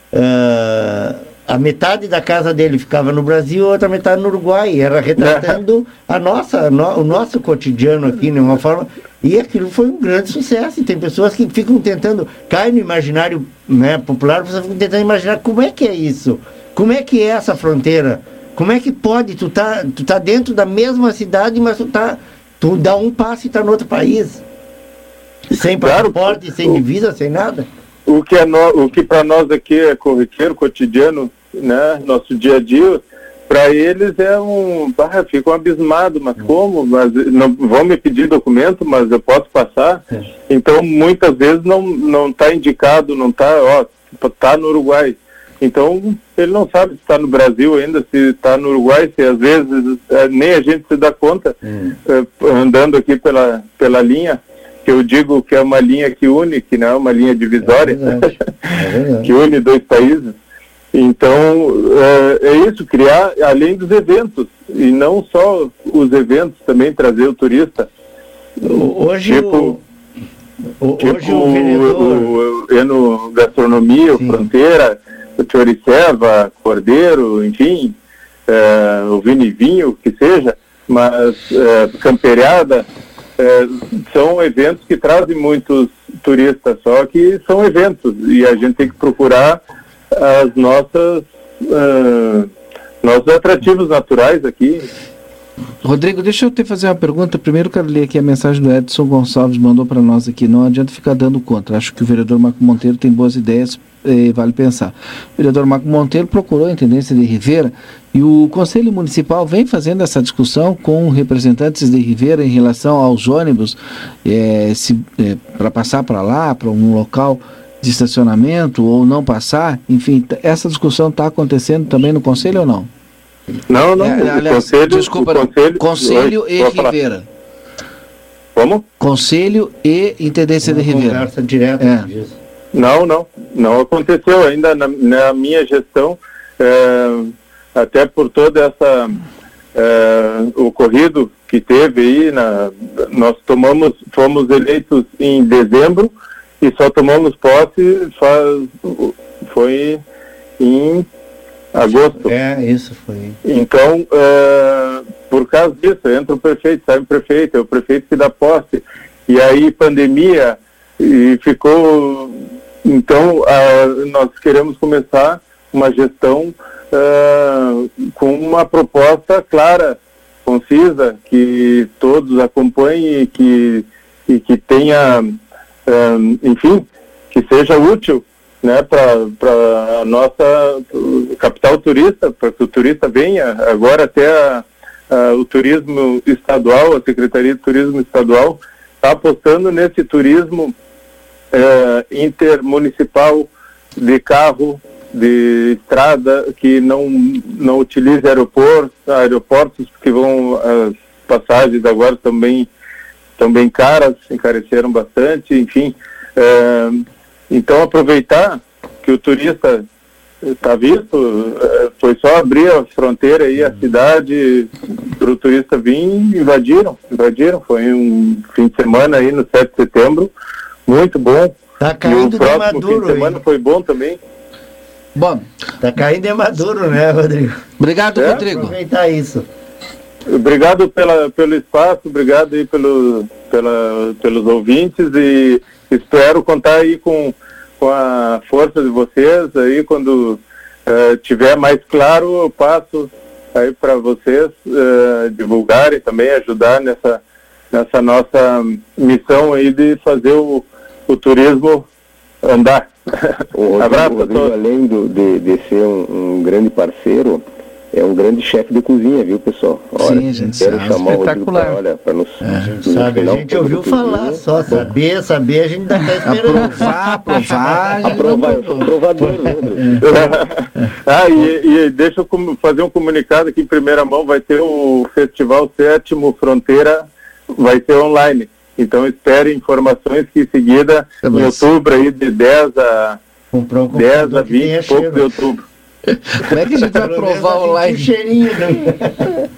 Uh, a metade da casa dele ficava no Brasil, a outra metade no Uruguai, era retratando a nossa, no, o nosso cotidiano aqui, de uma forma, e aquilo foi um grande sucesso, e tem pessoas que ficam tentando, cai no imaginário, né, popular, você fica tentando imaginar como é que é isso, como é que é essa fronteira, como é que pode, tu tá, tu tá dentro da mesma cidade, mas tu tá, tu dá um passo e tá no outro país, sem passaporte, claro, sem divisa, sem nada. O que, é no, o que para nós aqui é corriqueiro, cotidiano, né, nosso dia a dia, para eles é um... Ah, ficam abismados, mas como? Mas não vão me pedir documento, mas eu posso passar? É. Então, muitas vezes não não está indicado, não está, ó, está no Uruguai. Então, ele não sabe se está no Brasil ainda, se está no Uruguai, se às vezes é, nem a gente se dá conta, hum. é, andando aqui pela, pela linha, que eu digo que é uma linha que une, que não é uma linha divisória, é verdade. É verdade. Que une dois países. Então, é, é isso, criar, além dos eventos, e não só os eventos, também trazer o turista. Hoje tipo, o, tipo hoje o vereador... o, o Enogastronomia, o Fronteira, o Choriceva, Cordeiro, enfim, é, o vinho e vinho, que seja, mas é, camperiada, é, são eventos que trazem muitos turistas, só que são eventos, e a gente tem que procurar as nossas uh, nossos atrativos naturais aqui. Rodrigo, deixa eu te fazer uma pergunta. Primeiro quero ler aqui a mensagem do Edson Gonçalves, mandou para nós aqui. Não adianta ficar dando contra. Acho que o vereador Marco Monteiro tem boas ideias, eh, vale pensar. O vereador Marco Monteiro procurou a intendência de Rivera e o Conselho Municipal vem fazendo essa discussão com representantes de Rivera em relação aos ônibus eh, se, eh, para passar para lá, para um local de estacionamento ou não passar. Enfim, essa discussão está acontecendo também no Conselho ou não? Não, não. É, aliás, conselho, desculpa, o conselho, Conselho oi, e Rivera. Como? Conselho e Intendência Uma de Rivera. Conversa direta é. disso. Não, não. Não aconteceu ainda na, na minha gestão, é, até por toda essa é, ocorrido que teve aí. Na, nós tomamos, fomos eleitos em dezembro e só tomamos posse faz, foi em agosto. É, isso foi. Então, é, por causa disso, entra o prefeito, sai o prefeito, é o prefeito que dá posse. E aí, pandemia, e ficou... Então, a, nós queremos começar uma gestão uh, com uma proposta clara, concisa, que todos acompanhem e que, e que tenha, uh, enfim, que seja útil, né, para a nossa capital turista, para que o turista venha. Agora até a, a, o turismo estadual, a Secretaria de Turismo Estadual, está apostando nesse turismo é, intermunicipal de carro, de estrada, que não, não utilize aeroportos, aeroportos que vão, as passagens agora também estão bem caras, encareceram bastante, enfim. É, então aproveitar que o turista está visto, foi só abrir a fronteira aí, a cidade, para o turista vir, invadiram, invadiram, foi um fim de semana aí no sete de setembro, muito bom. Tá caindo e o próximo de maduro, fim de semana hein? foi bom também. Bom, tá caindo de maduro, né, Rodrigo? Obrigado, é? Rodrigo. Aproveitar isso. Obrigado pela, pelo espaço, obrigado aí pelo, pela, pelos ouvintes e espero contar aí com, com a força de vocês aí quando uh, tiver mais claro, eu passo aí para vocês uh, divulgarem também, ajudar nessa, nessa nossa missão aí de fazer o, o turismo andar. O Abraço Rodrigo, a todos. além do, de, de ser um, um grande parceiro, é um grande chefe de cozinha, viu, pessoal? Olha, Sim, a gente quero sabe. chamar o Rodrigo Espetacular. pra, olha, para nos... A gente sabe, a gente ouviu falar só, saber, saber, a gente ainda está esperando. Aprovar, aprovar. Aprovar, aprovador, né, Rodrigo? Ah, e, e deixa eu com- fazer um comunicado aqui em primeira mão, vai ter o Festival Sétimo Fronteira, vai ser online. Então espere informações que em seguida, É, em mas- outubro, aí de dez a, Comprou um dez a computador que tenha vinte e pouco de cheiro. outubro. Como é que a gente vai Pelo menos provar vai sentir online? o cheirinho, né?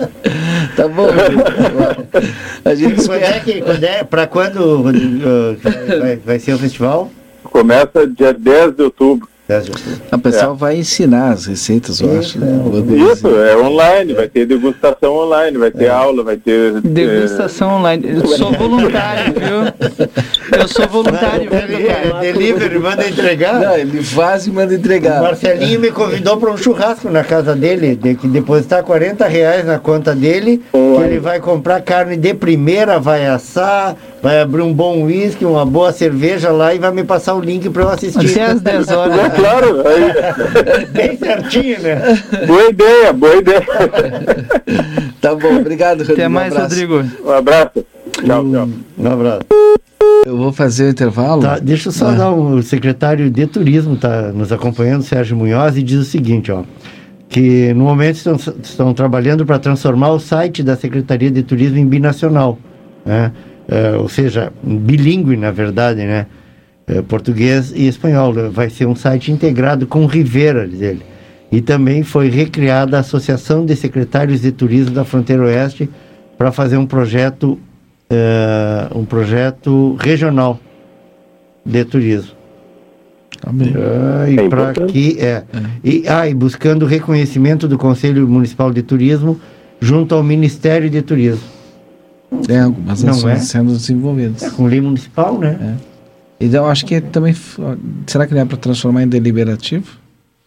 Tá bom, Rodrigo. A gente Quando é espera. que, quando é, pra quando, Rodrigo, uh, vai, vai ser o festival? Começa dia dez de outubro. dez de outubro. O pessoal vai ensinar as receitas, eu acho. Né? Isso, é online, vai ter degustação online, vai ter aula, vai ter... Degustação online. Eu sou voluntário, viu? Eu sou voluntário, viu, cara? Delivery, delivery, manda entregar. Não, ele faz e manda O entregar. Marcelinho me convidou para um churrasco na casa dele, de que depositar quarenta reais na conta dele, que ele vai comprar carne de primeira, vai assar, vai abrir um bom uísque, uma boa cerveja lá e vai me passar o link para eu assistir. Até às dez horas. claro. Aí... Bem certinho, né? Boa ideia, boa ideia. Tá bom, obrigado, Rodrigo. Até mais, um abraço. Rodrigo. Um abraço. Tchau, tchau. Um abraço. Eu vou fazer o intervalo. Tá, deixa eu só Ah. dar um... O secretário de Turismo está nos acompanhando, Sérgio Munhoz, e diz o seguinte, ó, que no momento estão, estão trabalhando para transformar o site da Secretaria de Turismo em binacional, né? É, ou seja, bilíngue, na verdade, né? É, português e espanhol. Vai ser um site integrado com Rivera, diz ele. E também foi recriada a Associação de Secretários de Turismo da Fronteira Oeste para fazer um projeto, é, um projeto regional de turismo. Tá bem. Ah, e É para importante. que é, e, ah, e buscando o reconhecimento do Conselho Municipal de Turismo junto ao Ministério de Turismo. Tem algumas Não ações é? sendo desenvolvidas. É com lei municipal, né? Então, acho que também... f- Será que não é para transformar em deliberativo?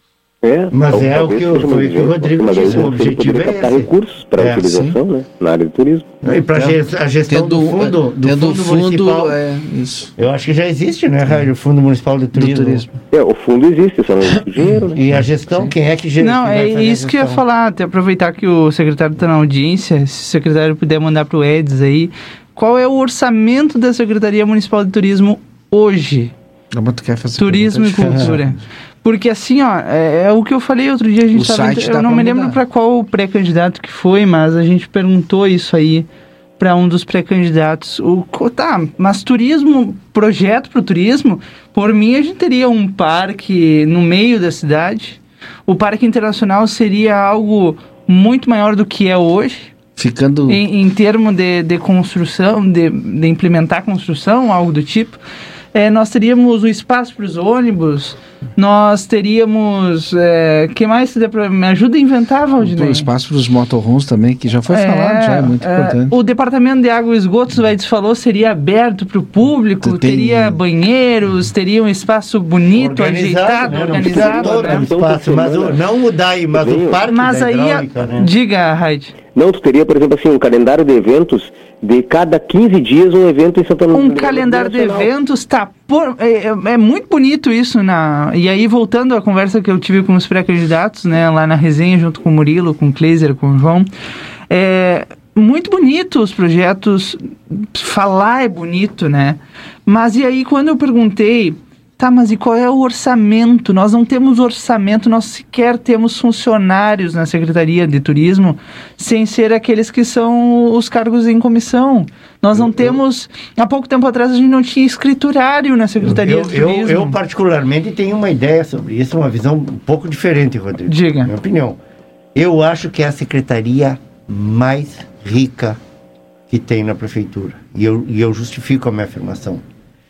É, Mas tal- é o talvez que o- seja uma foi o que o visão, Rodrigo mas aí disse, o você objetivo poderia é captar esse. recursos para É, utilização, né, na área do turismo. E para Então, a gestão do fundo, do tendo fundo, fundo, municipal, é isso. eu acho que já existe, né, Rádio? O Fundo Municipal de Do Turismo. turismo. É, o fundo existe, só não existe o dinheiro, né? E a gestão, quem é que gera? Não, que vai é fazer a isso que eu ia gestão? falar, até aproveitar que o secretário está na audiência, se o secretário puder mandar para o Eds aí, qual é o orçamento da Secretaria Municipal de Turismo hoje? Ah, mas tu quer fazer Turismo e pergunta diferente. cultura. Porque assim, ó, é, é o que eu falei outro dia, a gente O tava site ent- dá eu não pra me lembro mudar. para qual pré-candidato que foi, mas a gente perguntou isso aí para um dos pré-candidatos. O co- tá, mas turismo, projeto para o turismo, por mim a gente teria um parque no meio da cidade. O Parque Internacional seria algo muito maior do que é hoje. Ficando... Em, em termos de, de construção, de, de implementar construção, algo do tipo, é, nós teríamos o espaço para os ônibus, nós teríamos... O que mais? Dá pra- Me ajuda a inventar, O Valdinei? espaço para os motorhomes também, que já foi É, falado, já é muito é, importante. O Departamento de Água e Esgotos, o Edson falou, seria aberto para o público, Tem- teria banheiros, teria um espaço bonito, ajeitado, né? Não organizado. todo né? o espaço, mas o, não o D A I, mas o parque Mas da aí, a- hidráulica, né? diga, Raid. Não, tu teria, por exemplo, assim, um calendário de eventos de cada quinze dias um evento em Santana do Um Livramento calendário de nacional. eventos tá por, é, é- é muito bonito isso na e aí voltando à conversa que eu tive com os pré-candidatos, né, lá na resenha junto com o Murilo, com o Kleiser, com o João, é muito bonito os projetos, falar é bonito, né? Mas e aí quando eu perguntei, tá, mas e qual é o orçamento? Nós não temos orçamento, nós sequer temos funcionários na Secretaria de Turismo, sem ser aqueles que são os cargos em comissão. Nós não temos... Há pouco tempo atrás a gente não tinha escriturário na Secretaria Eu, de eu, Turismo. eu, particularmente, tenho uma ideia sobre isso, uma visão um pouco diferente, Rodrigo. Diga. Minha opinião. Eu acho que é a secretaria mais rica que tem na prefeitura. E eu, e eu justifico a minha afirmação.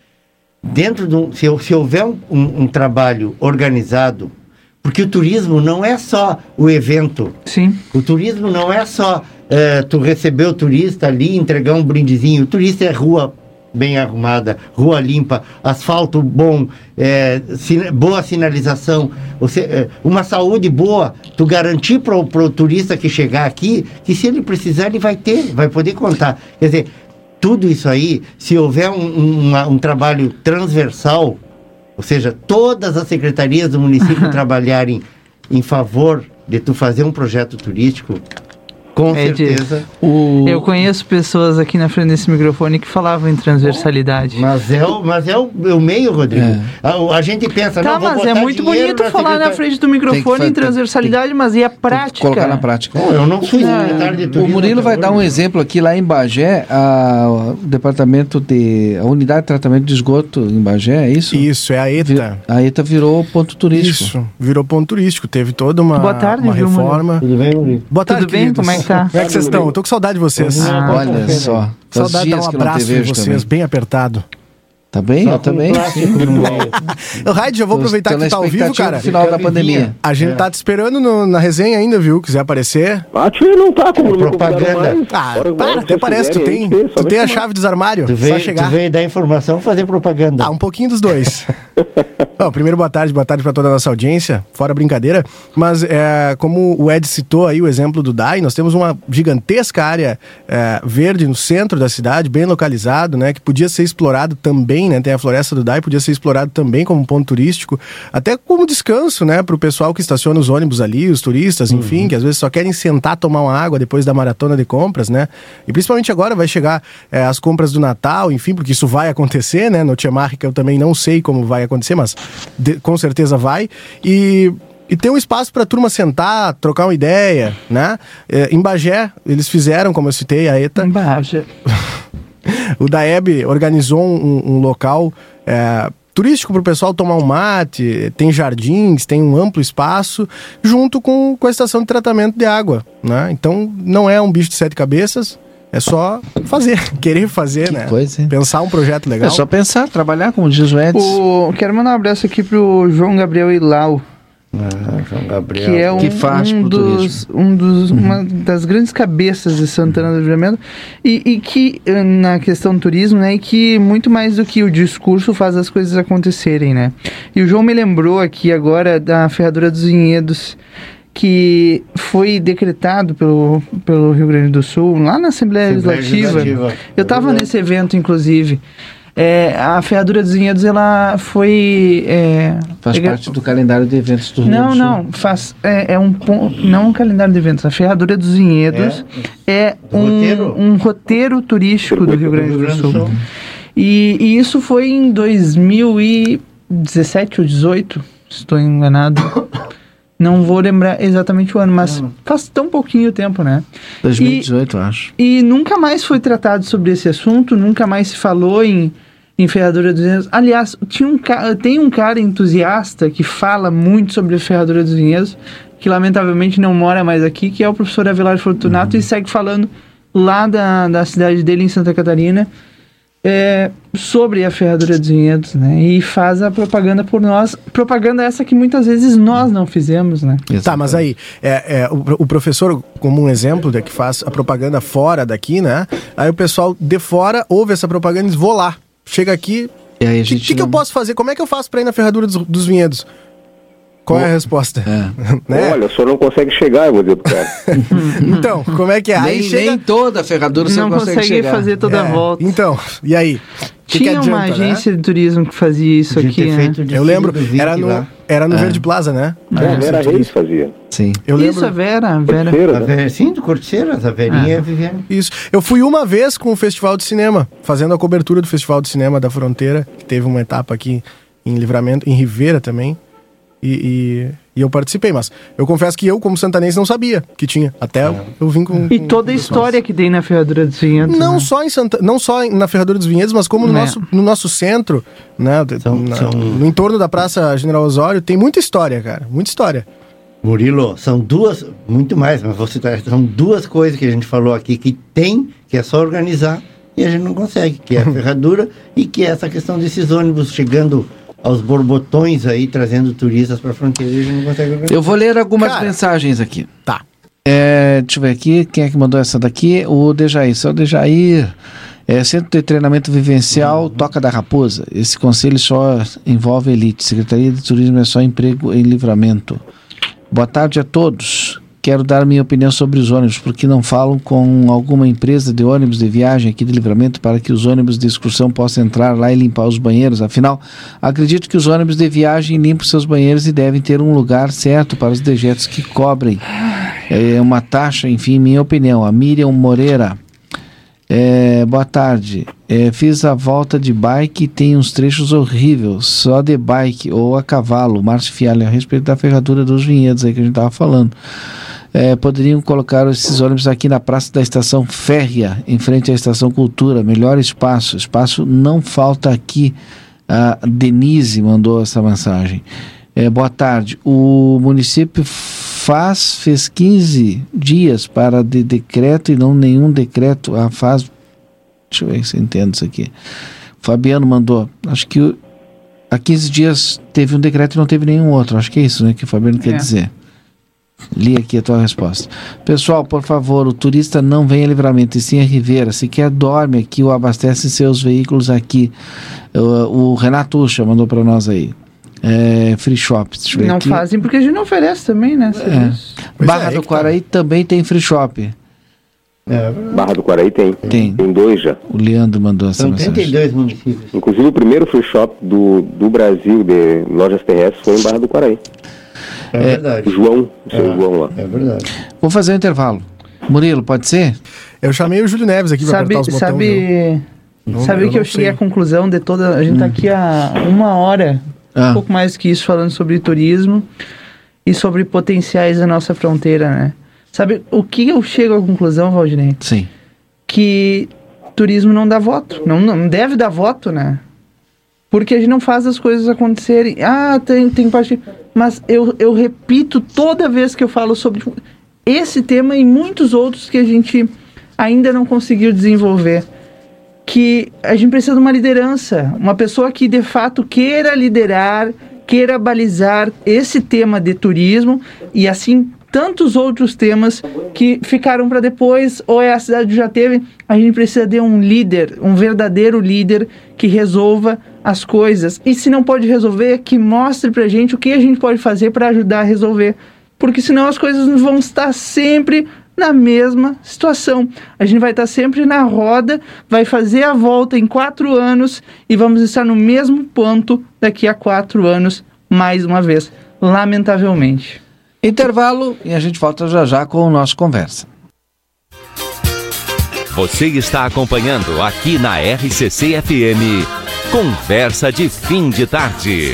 Dentro de um, se, eu- se houver um, um, um trabalho organizado, porque o turismo não é só o evento, Sim. o turismo não é só eh, tu receber o turista ali, entregar um brindezinho. O turista é rua bem arrumada, rua limpa, asfalto bom, eh, sina- boa sinalização, você, eh, uma saúde boa. Tu garantir para o turista que chegar aqui que se ele precisar ele vai ter, vai poder contar. Quer dizer, tudo isso aí, se houver um, um, uma- um trabalho transversal, ou seja, todas as secretarias do município trabalharem em favor de tu fazer um projeto turístico, com É de- certeza. O... Eu conheço pessoas aqui na frente desse microfone que falavam em transversalidade. Mas é o, mas é o, é o meio, Rodrigo. É. A, a gente pensa, Tá, não, vou mas é botar muito dinheiro bonito na falar na secretaria. frente do microfone Tem que em fa- transversalidade, mas e a Tem que prática? colocar na prática. Não, eu não fui Não, secretário de turismo. O Murilo até vai dar um hoje. exemplo aqui lá em Bagé, a, o departamento de... a unidade de tratamento de esgoto em Bagé, é isso? Isso, é a ETA. A ETA virou ponto turístico. Isso, virou ponto turístico. Teve toda uma, Boa tarde, uma viu, reforma. Tudo bem, Murilo? Boa tarde, Tudo bem? queridos. Como é que tá? Como é que vocês estão? Eu tô com saudade de vocês. Ah, Olha só. Faz Saudade de dar dias um que eu não te abraço em vejo vocês, também. bem apertado. Tá bem? Só Eu com também. plástico sim. no meio. O Raid, eu vou aproveitar que tu tá ao vivo, Telespectativa cara. no final da Fica pandemia. vivinha. A gente É. tá te esperando no- na resenha ainda, viu? Quiser aparecer. Ah, tio, não tá como É não me convidaram propaganda. mais. Ah, Hora- para, hora até que parece, tu quiserem, tem, aí, só tu me tem a chamar. chave dos armários. Tu Só veio, tu chegar. veio dar informação, fazer propaganda. Ah, um pouquinho dos dois. Oh, primeiro, boa tarde, boa tarde para toda a nossa audiência, fora brincadeira, mas é, como o Ed citou aí o exemplo do D A I, nós temos uma gigantesca área é, verde no centro da cidade, bem localizado, né, que podia ser explorado também, né, tem a floresta do D A I, podia ser explorado também como ponto turístico, até como descanso, né, para o pessoal que estaciona os ônibus ali, os turistas, enfim, uhum. que às vezes só querem sentar, tomar uma água depois da maratona de compras, né, e principalmente agora vai chegar é, as compras do Natal, enfim, porque isso vai acontecer, né, no Tchemarrica eu também não sei como vai acontecer, mas De, com certeza vai, e, e ter um espaço para a turma sentar, trocar uma ideia, né? É, em Bagé, eles fizeram, como eu citei, a ETA. Em Bagé. O DAEB organizou um, um local é, turístico para o pessoal tomar um mate, tem jardins, tem um amplo espaço, junto com, com a estação de tratamento de água, né? Então, não é um bicho de sete cabeças. É só fazer, querer fazer, que né? Coisa, hein? Pensar um projeto legal. É só pensar, trabalhar, como diz o Edson. O... Quero mandar um abraço aqui pro João Gabriel Ilau. Ah, João Gabriel. Que é um, que faz um, dos, um dos, uhum. uma das grandes cabeças de Santana do Livramento e, e que, na questão do turismo, né, e que muito mais do que o discurso faz as coisas acontecerem, né? E o João me lembrou aqui agora da Ferradura dos Vinhedos, que foi decretado pelo, pelo Rio Grande do Sul, lá na Assembleia, Assembleia Legislativa. Legislativa. Eu estava nesse evento, inclusive. É, a Ferradura dos Vinhedos, ela foi... É, faz é, parte do calendário de eventos do Rio Não, Grande do Sul. não. Faz, é, é um não um calendário de eventos. A Ferradura dos Vinhedos é, é um, roteiro? um roteiro turístico do Rio Grande do, Rio Grande do Sul. Sul. E, e isso foi em dois mil e dezessete ou dezoito, se estou enganado. Não vou lembrar exatamente o ano, mas não. Faz tão pouquinho tempo, né? dois mil e dezoito, e, eu acho. E nunca mais foi tratado sobre esse assunto, nunca mais se falou em, em Ferradura dos Vinhedos. Aliás, tinha um, tem um cara entusiasta que fala muito sobre a Ferradura dos Vinhedos, que lamentavelmente não mora mais aqui, que é o professor Avelar Fortunato, uhum. e segue falando lá da, da cidade dele, em Santa Catarina, É, sobre a Ferradura dos Vinhedos, né? E faz a propaganda por nós, propaganda essa que muitas vezes nós não fizemos, né? Exatamente. Tá, mas aí, é, é, o, o professor, como um exemplo, de que faz a propaganda fora daqui, né? Aí o pessoal de fora ouve essa propaganda e diz, vou lá, chega aqui, o que, que, não... que eu posso fazer? Como é que eu faço pra ir na Ferradura dos, dos Vinhedos? Qual é a resposta? É. Né? Olha, o senhor não consegue chegar, eu vou dizer pro cara. Então, como é que é? Nem, aí chega... nem toda a ferradura você não, não consegue, consegue chegar. fazer toda é. a volta. Então, e aí? Que Tinha que adianta, uma agência né? de turismo que fazia isso aqui, né? Eu lembro, era no, era no é. Verde Plaza, né? É. A Vera Reis fazia. Sim. Eu lembro... Isso, a Vera. A Vera. Corticeira, né? Sim, do Corticeiras, a Verinha ah. vivendo. Isso. Eu fui uma vez com o Festival de Cinema, fazendo a cobertura do Festival de Cinema da Fronteira, que teve uma etapa aqui em Livramento, em Rivera também. E, e, e eu participei, mas eu confesso que eu, como santanense, não sabia que tinha. Até é. eu vim com... E com, toda a história que tem na Ferradura dos Vinhedos. Não, né? só, em Santa, não só na Ferradura dos Vinhedos, mas como no, é. nosso, no nosso centro, né? São, na, são... No entorno da Praça General Osório, tem muita história, cara. Muita história. Murilo, são duas, muito mais, mas você tá, são duas coisas que a gente falou aqui que tem, que é só organizar e a gente não consegue, que é a ferradura e que é essa questão desses ônibus chegando aos borbotões aí, trazendo turistas para a fronteira e a gente não consegue organizar. Eu vou ler algumas Cara, mensagens aqui. Tá. É, deixa eu ver aqui, quem é que mandou essa daqui? O Dejair, só o Dejair. É, Centro de Treinamento Vivencial uhum. Toca da Raposa. Esse conselho só envolve elite. Secretaria de Turismo é só emprego em Livramento. Boa tarde a todos. Quero dar minha opinião sobre os ônibus, porque não falam com alguma empresa de ônibus de viagem aqui de Livramento para que os ônibus de excursão possam entrar lá e limpar os banheiros. Afinal, acredito que os ônibus de viagem limpam seus banheiros e devem ter um lugar certo para os dejetos que cobrem. É uma taxa, enfim, minha opinião. A Miriam Moreira. É, boa tarde. É, fiz a volta de bike e tem uns trechos horríveis, só de bike ou a cavalo. Márcio Fialho, a respeito da Ferradura dos Vinhedos aí que a gente estava falando. É, poderiam colocar esses ônibus aqui na praça da Estação Férrea, em frente à Estação Cultura. Melhor espaço. Espaço não falta aqui. A Denise mandou essa mensagem. É, boa tarde. O município faz, fez quinze dias para de decreto e não nenhum decreto. Ah, faz. Deixa eu ver se eu entendo isso aqui. Fabiano mandou. Acho que há quinze dias teve um decreto e não teve nenhum outro. Acho que é isso, né, que o Fabiano é. quer dizer. Li aqui a tua resposta. Pessoal, por favor, o turista não vem a Livramento e sim a Rivera. Se quer, dorme aqui ou abastece seus veículos aqui. O, o Renato Ucha mandou para nós aí. é, free shops. Deixa eu ver não aqui. fazem porque a gente não oferece também, né? É. Barra é, do Quaraí tá. também tem free shop. É. Barra do Quaraí tem. Tem. Tem dois já. O Leandro mandou essa São mensagem. trinta e dois municípios. Inclusive o primeiro free shop do, do Brasil de lojas terrestres foi em Barra do Quaraí. É, é verdade. O João, o seu é, João lá. É verdade. Vou fazer um intervalo. Murilo, pode ser? Eu chamei o Júlio Neves aqui para apertar os botões. Sabe, não, sabe eu que eu cheguei sei. à conclusão de toda... A gente hum. tá aqui há uma hora, ah. um pouco mais que isso, falando sobre turismo e sobre potenciais da nossa fronteira, né? Sabe o que eu chego à conclusão, Valdinei? Sim. Que turismo não dá voto. Não, não deve dar voto, né? Porque a gente não faz as coisas acontecerem. Ah, tem, tem parte... Mas eu, eu repito toda vez que eu falo sobre esse tema e muitos outros que a gente ainda não conseguiu desenvolver. Que a gente precisa de uma liderança. Uma pessoa que, de fato, queira liderar, queira balizar esse tema de turismo e, assim, tantos outros temas que ficaram para depois, ou é a cidade já teve. A gente precisa de um líder, um verdadeiro líder que resolva as coisas. E se não pode resolver, que mostre pra gente o que a gente pode fazer para ajudar a resolver. Porque senão as coisas vão estar sempre na mesma situação. A gente vai estar sempre na roda, vai fazer a volta em quatro anos e vamos estar no mesmo ponto daqui a quatro anos, mais uma vez, lamentavelmente. Intervalo e a gente volta já já com o nosso Conversa. Você está acompanhando aqui na R C C F M Conversa de Fim de Tarde.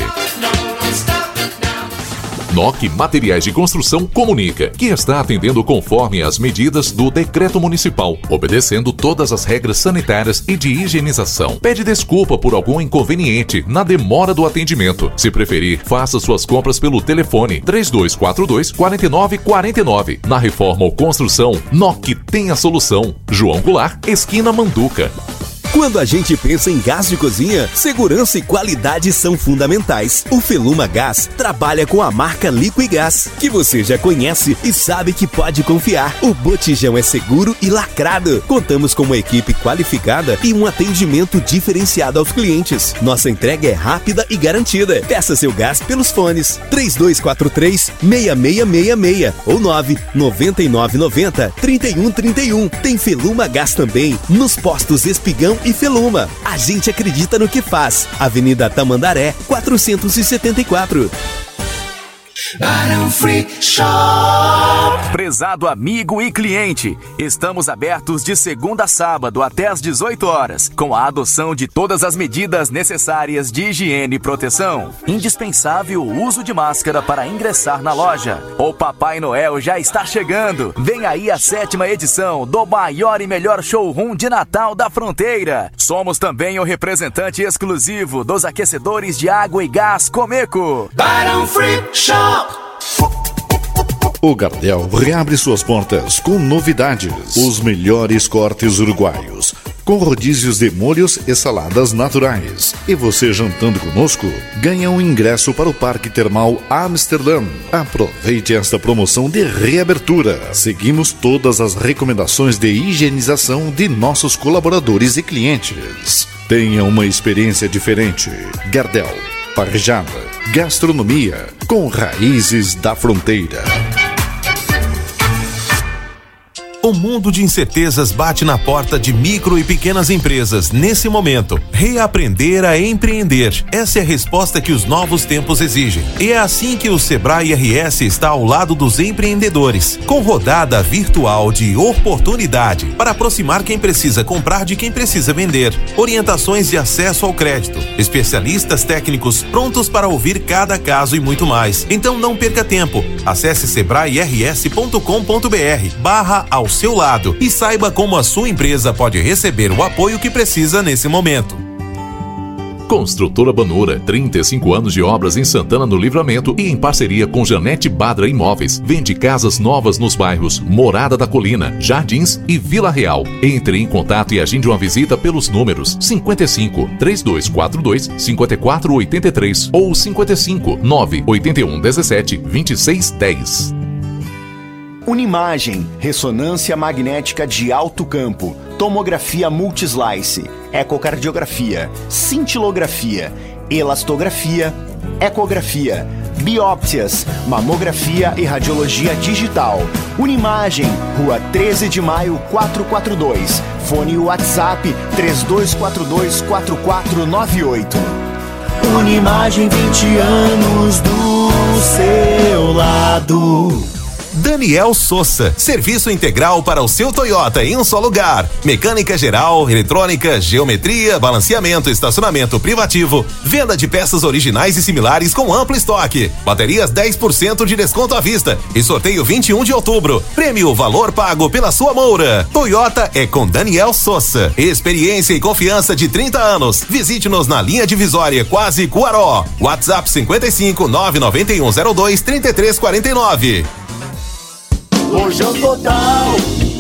N O C Materiais de Construção comunica que está atendendo conforme as medidas do Decreto Municipal, obedecendo todas as regras sanitárias e de higienização. Pede desculpa por algum inconveniente na demora do atendimento. Se preferir, faça suas compras pelo telefone três dois quatro dois, quatro nove quatro nove. Na reforma ou construção, N O C tem a solução. João Goulart, esquina Manduca. Quando a gente pensa em gás de cozinha, segurança e qualidade são fundamentais. O Feluma Gás trabalha com a marca Liquigás, que você já conhece e sabe que pode confiar. O botijão é seguro e lacrado. Contamos com uma equipe qualificada e um atendimento diferenciado aos clientes. Nossa entrega é rápida e garantida. Peça seu gás pelos fones três dois quatro três, seis seis seis seis ou nove nove nove nove zero, três um três um. Tem Feluma Gás também nos postos Espigão e Feluma. A gente acredita no que faz. Avenida Tamandaré, quatrocentos e setenta e quatro. Barão Free Shop. Prezado amigo e cliente, estamos abertos de segunda a sábado até às dezoito horas, com a adoção de todas as medidas necessárias de higiene e proteção. Indispensável o uso de máscara para ingressar na loja. O Papai Noel já está chegando. Vem aí a sétima edição do maior e melhor showroom de Natal da fronteira. Somos também o representante exclusivo dos aquecedores de água e gás Comeco. Barão Free Shop. O Gardel reabre suas portas com novidades. Os melhores cortes uruguaios, com rodízios de molhos e saladas naturais. E você jantando conosco, ganha um ingresso para o Parque Termal Amsterdã. Aproveite esta promoção de reabertura. Seguimos todas as recomendações de higienização de nossos colaboradores e clientes. Tenha uma experiência diferente. Gardel, parrillada, gastronomia com raízes da fronteira. O mundo de incertezas bate na porta de micro e pequenas empresas nesse momento. Reaprender a empreender. Essa é a resposta que os novos tempos exigem. E é assim que o Sebrae R S está ao lado dos empreendedores, com rodada virtual de oportunidade para aproximar quem precisa comprar de quem precisa vender. Orientações de acesso ao crédito. Especialistas técnicos prontos para ouvir cada caso e muito mais. Então não perca tempo. Acesse sebrae r s ponto com ponto b r barra ao seu lado e saiba como a sua empresa pode receber o apoio que precisa nesse momento. Construtora Banura, trinta e cinco anos de obras em Santana do Livramento e em parceria com Janete Badra Imóveis. Vende casas novas nos bairros Morada da Colina, Jardins e Vila Real. Entre em contato e agende uma visita pelos números cinquenta e cinco, três dois quatro dois, cinquenta e quatro oitenta e três ou cinquenta e cinco, nove oito um dezessete, vinte e seis dez. Unimagem, ressonância magnética de alto campo, tomografia multislice, ecocardiografia, cintilografia, elastografia, ecografia, biópsias, mamografia e radiologia digital. Unimagem, Rua treze de maio, quatrocentos e quarenta e dois. Fone WhatsApp três dois quatro dois, quatro quatro nove oito. Unimagem, vinte anos do seu lado. Daniel Souza, serviço integral para o seu Toyota em um só lugar. Mecânica geral, eletrônica, geometria, balanceamento, estacionamento privativo, venda de peças originais e similares com amplo estoque. Baterias dez por cento de desconto à vista e sorteio vinte e um de outubro. Prêmio valor pago pela sua Moura. Toyota é com Daniel Souza. Experiência e confiança de trinta anos. Visite-nos na linha divisória Quase Cuaró. WhatsApp cinquenta e cinco, nove nove um zero dois, trinta e três quarenta e nove. Lojão Total,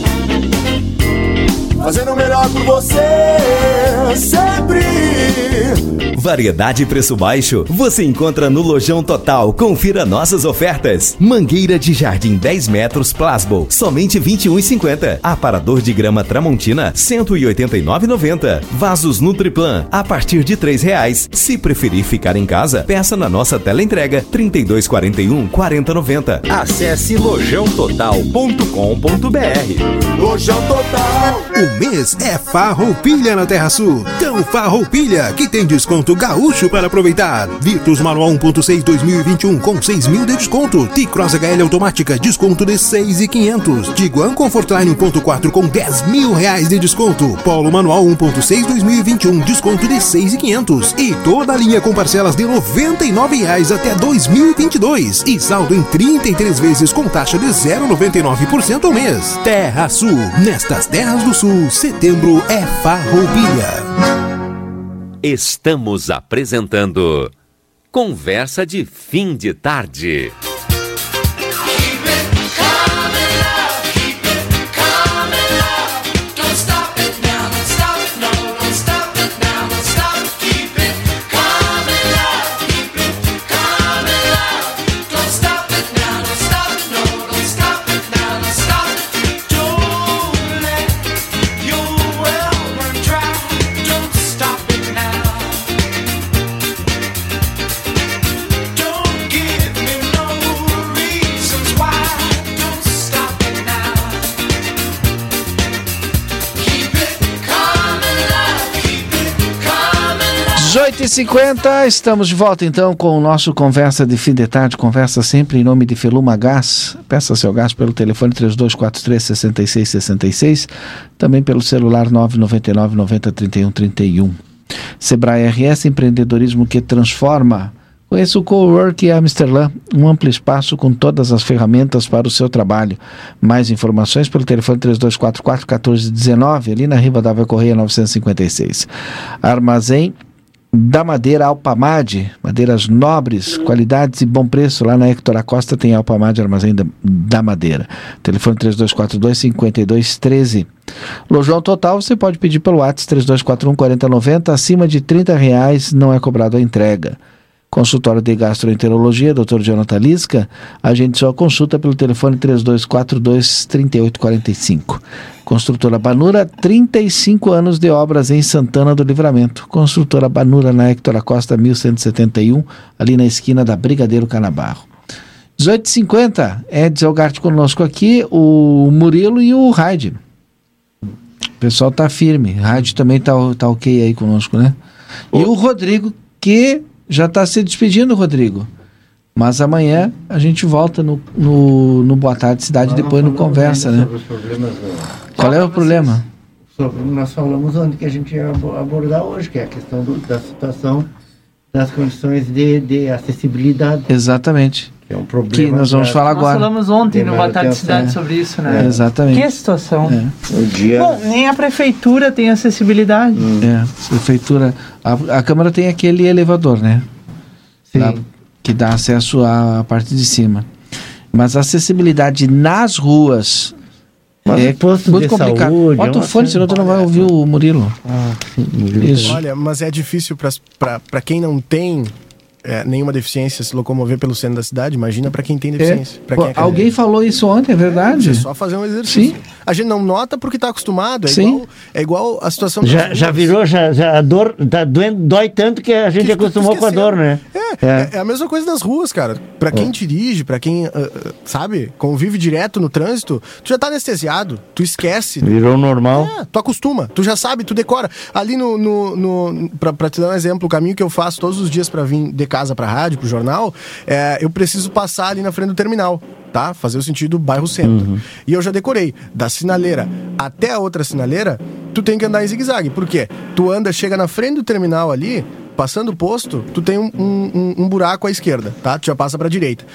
fazendo o melhor por você, sempre. Variedade e preço baixo, você encontra no Lojão Total. Confira nossas ofertas. Mangueira de jardim dez metros Plasbo, somente vinte e um reais e cinquenta centavos. Aparador de grama Tramontina, cento e oitenta e nove reais e noventa centavos. Vasos Nutriplan, a partir de três reais. Se preferir ficar em casa, peça na nossa teleentrega trinta e dois quarenta e um, quarenta noventa. Acesse lojão total ponto com ponto b r. Lojão Total. O mês é Farroupilha na Terra Sul. Então Farroupilha, que tem desconto gaúcho para aproveitar. Virtus Manual um ponto seis dois mil e vinte e um com seis mil de desconto. T-Cross H L automática, desconto de seis mil e quinhentos. Tiguan Comfortline um ponto quatro com dez mil reais de desconto. Polo Manual um ponto seis dois mil e vinte e um, desconto de seis mil e quinhentos. E toda a linha com parcelas de noventa e nove reais até dois mil e vinte e dois. E saldo em trinta e três vezes com taxa de zero vírgula noventa e nove por cento ao mês. Terra Sul. Nestas terras do Sul, setembro é Farroupilha. Estamos apresentando Conversa de Fim de Tarde. dezoito e cinquenta, estamos de volta então com o nosso Conversa de Fim de Tarde, conversa sempre em nome de Feluma Gás. Peça seu gás pelo telefone três dois quatro três, seis seis seis seis, também pelo celular nove nove nove, noventa, trinta e um, trinta e um. Sebrae R S, empreendedorismo que transforma. Conheça o Cowork Amsterdã, um amplo espaço com todas as ferramentas para o seu trabalho. Mais informações pelo telefone três dois quatro quatro, um quatro um nove, ali na Rivadavia Correia novecentos e cinquenta e seis. Armazém da Madeira Alpamade, madeiras nobres, qualidades e bom preço. Lá na Hector Acosta tem Alpamade, Armazém da, da Madeira. Telefone três dois quatro dois, cinco dois um três. Lojão Total, você pode pedir pelo WhatsApp três dois quatro um, quarenta noventa, acima de trinta reais não é cobrado a entrega. Consultório de Gastroenterologia, doutor Jonathan Lisca, agende sua consulta pelo telefone três dois quatro dois, trinta e oito quarenta e cinco. Construtora Banura, trinta e cinco anos de obras em Santana do Livramento. Construtora Banura na Hector Acosta, mil cento e setenta e um, ali na esquina da Brigadeiro Canabarro. dezoito e cinquenta, Edson Elgarte conosco aqui, o Murilo e o Raid. O pessoal tá firme, Raid também tá, tá ok aí conosco, né? E o Rodrigo, que já está se despedindo, Rodrigo. Mas amanhã a gente volta no, no, no Boa Tarde Cidade, nós depois no Conversa, né? Qual é o problema? Sobre, nós falamos onde que a gente ia abordar hoje, que é a questão do, da situação das condições de, de acessibilidade. Exatamente. Que é um problema. Que nós vamos falar agora. Nós falamos ontem no Boa Tarde Cidade é. sobre isso, né? É. Exatamente. Que situação. É. O dia... Bom, nem a prefeitura tem acessibilidade. Hum. É, a prefeitura... A, a Câmara tem aquele elevador, né? Sim. Da, que dá acesso à parte de cima. Mas a acessibilidade nas ruas Mas é muito complicado. Saúde, Bota é o fone, senão tu não vai ouvir o Murilo. Ah, sim, Murilo. Isso. Olha, mas é difícil para quem não tem é, nenhuma deficiência se locomover pelo centro da cidade. Imagina para quem tem deficiência. É. Pra quem é Alguém falou isso ontem, é verdade? É só fazer um exercício. Sim. A gente não nota porque está acostumado. É Sim. igual, é igual a situação... Já, já virou, já, já a dor tá doendo, dói tanto que a gente que acostumou com a dor, né? É, É. é a mesma coisa nas ruas, cara. Pra quem é. dirige, pra quem, uh, sabe, convive direto no trânsito, tu já tá anestesiado, tu esquece. Virou normal. É, tu acostuma, tu já sabe, tu decora. Ali no, no, no pra, pra te dar um exemplo, o caminho que eu faço todos os dias pra vir de casa pra rádio, pro jornal, é, eu preciso passar ali na frente do terminal, tá? Fazer o sentido bairro-centro. Uhum. E eu já decorei, da sinaleira até a outra sinaleira, tu tem que andar em zigue-zague. Por quê? Tu anda, chega na frente do terminal ali, passando o posto, tu tem um, um, um buraco à esquerda, tá? Tu já passa pra direita.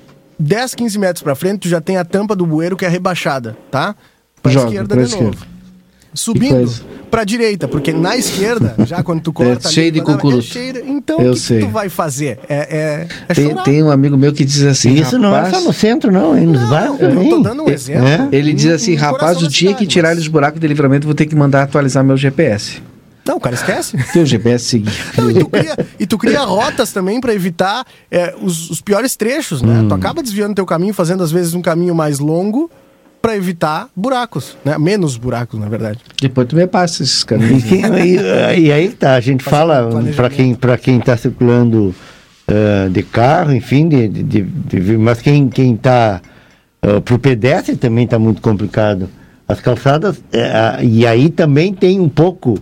dez, quinze metros pra frente, tu já tem a tampa do bueiro que é rebaixada, tá? Pra Joga, esquerda pra de esquerda. novo. Subindo pra direita, porque na esquerda, já quando tu corta... É cheio ali, de cucuruto. É cheio, então, eu o que, sei. que tu vai fazer? É, é, é tem, chorar. tem um amigo meu que diz assim... Isso não é só no centro, não, é nos bairros também. Eu tô dando um exemplo. É. Ele diz assim, rapaz, o dia que tirar eles buracos de livramento, vou ter que mandar atualizar meu G P S. Não, o cara esquece. Tem o G P S seguir. Não, e, tu cria, e tu cria rotas também pra evitar é, os, os piores trechos, né? Hum. Tu acaba desviando teu caminho, fazendo às vezes um caminho mais longo pra evitar buracos, né? Menos buracos, na verdade. Depois tu me passa esses caminhos. E, e, e aí tá, a gente Faz fala um pra quem, pra quem tá circulando uh, de carro, enfim, de, de, de, de, mas quem, quem tá uh, pro pedestre também tá muito complicado. As calçadas, uh, e aí também tem um pouco...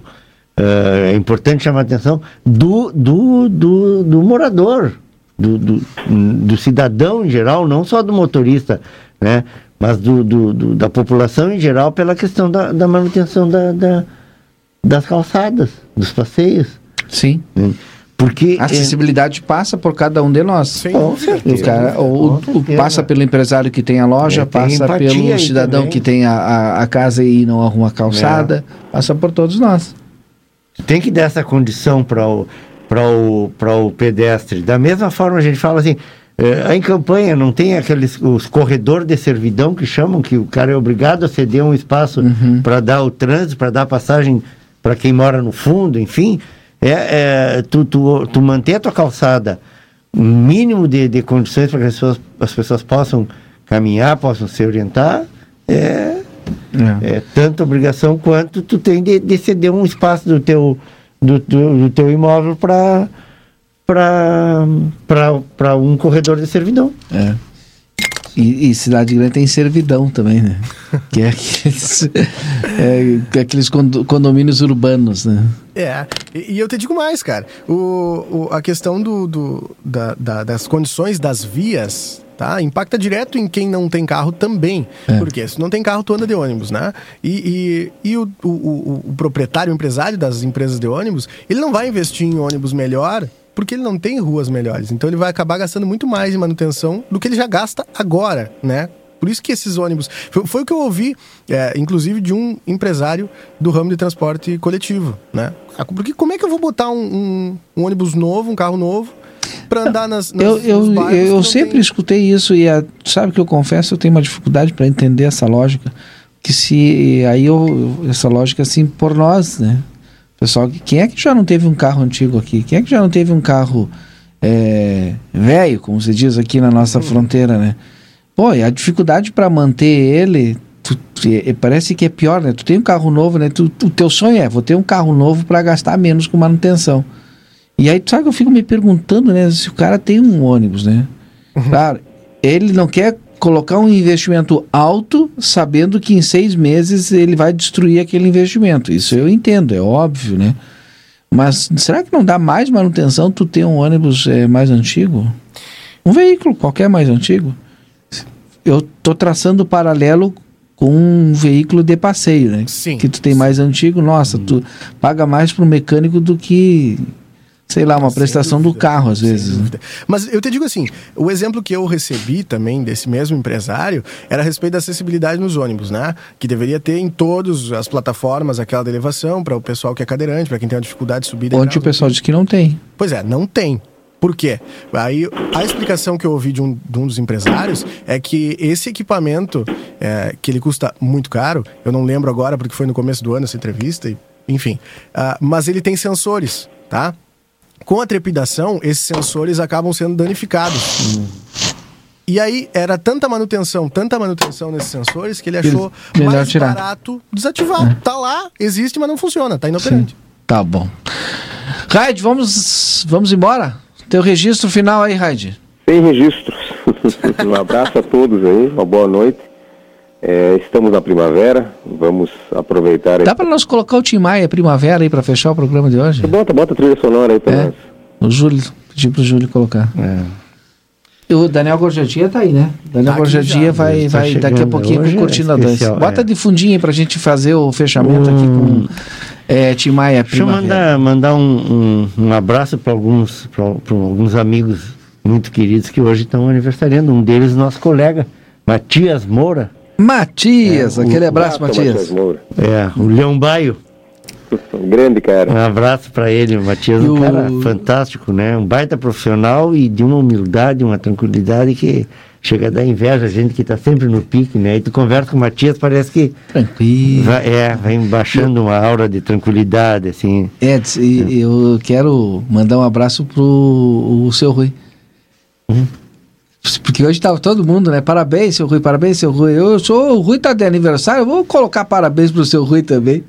Uh, é importante chamar a atenção do, do, do, do morador, do, do, do cidadão em geral, não só do motorista, né? Mas do, do, do, da população em geral, pela questão da, da manutenção da, da, das calçadas, dos passeios. Sim. Né? Porque a acessibilidade é... passa por cada um de nós. Sim, com certeza. O cara, ou, com certeza. Passa pelo empresário que tem a loja, é, passa pelo cidadão que tem a, a, a casa e não arruma a calçada, é. Passa por todos nós. Tem que dar essa condição para o, para o, para o pedestre. Da mesma forma, a gente fala assim, eh, em campanha não tem aqueles os corredores de servidão que chamam, que o cara é obrigado a ceder um espaço uhum. para dar o trânsito, para dar passagem para quem mora no fundo, enfim. É, é, tu, tu, tu manter a tua calçada, um mínimo de, de condições para que as pessoas, as pessoas possam caminhar, possam se orientar, é... É. É tanta obrigação quanto tu tem de, de ceder um espaço do teu, do, do, do teu imóvel para para um corredor de servidão. É. E, e cidade grande tem servidão também, né? Que é aqueles, é, aqueles condomínios urbanos, né? É, e, e eu te digo mais, cara. O, o, a questão do, do, da, da, das condições das vias... Tá? Impacta direto em quem não tem carro também. É. Porque se não tem carro, tu anda de ônibus, né? E, e, e o, o, o, o proprietário, o empresário das empresas de ônibus, ele não vai investir em ônibus melhor porque ele não tem ruas melhores. Então ele vai acabar gastando muito mais em manutenção do que ele já gasta agora, né? Por isso que esses ônibus... Foi, foi o que eu ouvi, é, inclusive, de um empresário do ramo de transporte coletivo, né? Porque como é que eu vou botar um, um, um ônibus novo, um carro novo, para andar nas, nas eu eu, nos eu, eu sempre tem... escutei isso e a, sabe que eu confesso, eu tenho uma dificuldade para entender essa lógica, que se aí eu, essa lógica assim por nós, né, pessoal, quem é que já não teve um carro antigo aqui, quem é que já não teve um carro é, velho, como se diz aqui na nossa hum. fronteira, né? Pô, e a dificuldade para manter ele tu, é, parece que é pior, né? Tu tem um carro novo, né? Tu, o teu sonho é, vou ter um carro novo para gastar menos com manutenção. E aí, sabe que eu fico me perguntando, né? Se o cara tem um ônibus, né? Uhum. Claro, ele não quer colocar um investimento alto, sabendo que em seis meses ele vai destruir aquele investimento. Isso eu entendo, é óbvio, né? Mas será que não dá mais manutenção tu ter um ônibus é, mais antigo? Um veículo qualquer mais antigo? Eu tô traçando paralelo com um veículo de passeio, né? Sim. Que tu tem mais antigo, nossa, hum. tu paga mais pro mecânico do que... sei lá, uma prestação dúvida, do carro, às vezes. Né? Mas eu te digo assim, o exemplo que eu recebi também desse mesmo empresário era a respeito da acessibilidade nos ônibus, né? Que deveria ter em todas as plataformas aquela de elevação para o pessoal que é cadeirante, para quem tem uma dificuldade de subir. Onde o pessoal diz que não tem. Pois é, não tem. Por quê? Aí a explicação que eu ouvi de um, de um dos empresários é que esse equipamento, é, que ele custa muito caro, eu não lembro agora porque foi no começo do ano essa entrevista, enfim, uh, mas ele tem sensores, tá? Com a trepidação, esses sensores acabam sendo danificados. Hum. E aí, era tanta manutenção, tanta manutenção nesses sensores, que ele achou ele, mais tirar. barato desativar. É. Tá lá, existe, mas não funciona, tá inoperante. Sim. Tá bom. Raid, vamos, vamos embora? Teu registro final aí, Raid. Sem registros. Um abraço a todos aí, uma boa noite. É, estamos na primavera, vamos aproveitar... Dá para nós colocar o Tim Maia Primavera aí para fechar o programa de hoje? Bota, bota a trilha sonora aí para é. nós. O Júlio, pedi pro Júlio colocar. É. E o Daniel Gorjadia tá aí, né? Daniel tá Gorjadia vai, vai chegando, daqui a pouquinho com Curtindo a Dança. Bota é. de fundinho pra gente fazer o fechamento um... aqui com é, Tim Maia Primavera. Deixa eu mandar, mandar um, um, um abraço para alguns, pra, pra alguns amigos muito queridos que hoje estão aniversariando. Um deles, nosso colega, Matias Moura. Matias, é, aquele o, abraço, Matias. É, o Leão Baio. Um grande cara. Um abraço para ele, o Matias, um o... cara fantástico, né? Um baita profissional e de uma humildade, uma tranquilidade que chega a dar inveja a gente que está sempre no pique, né? E tu conversa com o Matias, parece que tranquilo. Vai, é, vem baixando uma aura de tranquilidade, assim. Edson, e é. eu quero mandar um abraço pro o seu Rui. Hum. Porque hoje estava todo mundo, né? Parabéns, seu Rui, parabéns, seu Rui. Eu sou, o Rui tá de aniversário, eu vou colocar parabéns pro seu Rui também.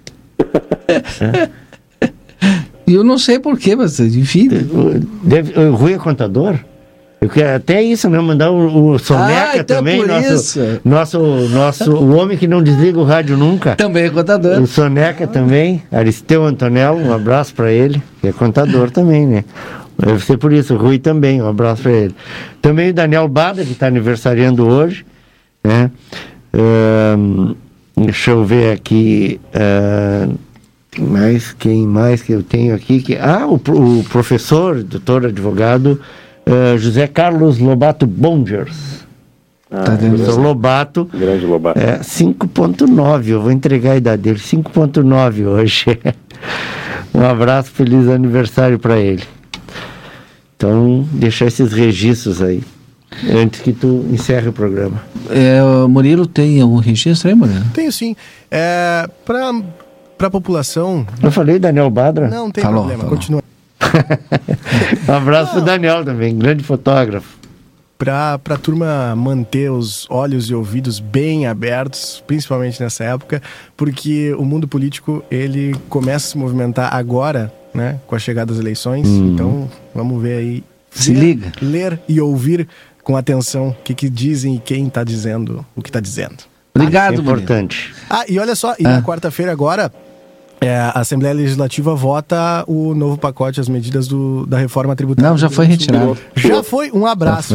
E eu não sei porquê, mas enfim. Deve, o Rui é contador? Eu quero até isso, né? Mandar o, o Soneca ah, então também, nosso, nosso, nosso, o homem que não desliga o rádio nunca. Também é contador. O Soneca também, Aristeu Antonello, um abraço para ele, que é contador também, né? Deve ser por isso, o Rui também, um abraço para ele. Também o Daniel Bada, que está aniversariando hoje, né? Um, deixa eu ver aqui, uh, mais, quem mais que eu tenho aqui? Que, ah, o, o professor, doutor advogado, uh, José Carlos Lobato Bongers. Ah, tá professor Lobato. Grande Lobato. É, cinco ponto nove, eu vou entregar a idade dele, cinco ponto nove hoje. Um abraço, feliz aniversário para ele. Então, deixar esses registros aí, antes que tu encerre o programa. É, o Murilo tem algum registro aí, Murilo? Tenho sim. É, para a população... Eu falei Daniel Badra? Não, não tem falou, problema, falou. continua. Um abraço pro Daniel também, grande fotógrafo. Para a turma manter os olhos e ouvidos bem abertos, principalmente nessa época, porque o mundo político ele começa a se movimentar agora, né, com a chegada das eleições. Hum. Então, vamos ver aí. Se ler, liga. Ler e ouvir com atenção o que, que dizem e quem está dizendo o que está dizendo. Obrigado, ah, é importante. Ah, e olha só, e ah. na quarta-feira agora, é, a Assembleia Legislativa vota o novo pacote, as medidas do, da reforma tributária. Não, já foi retirado. Já foi, um abraço.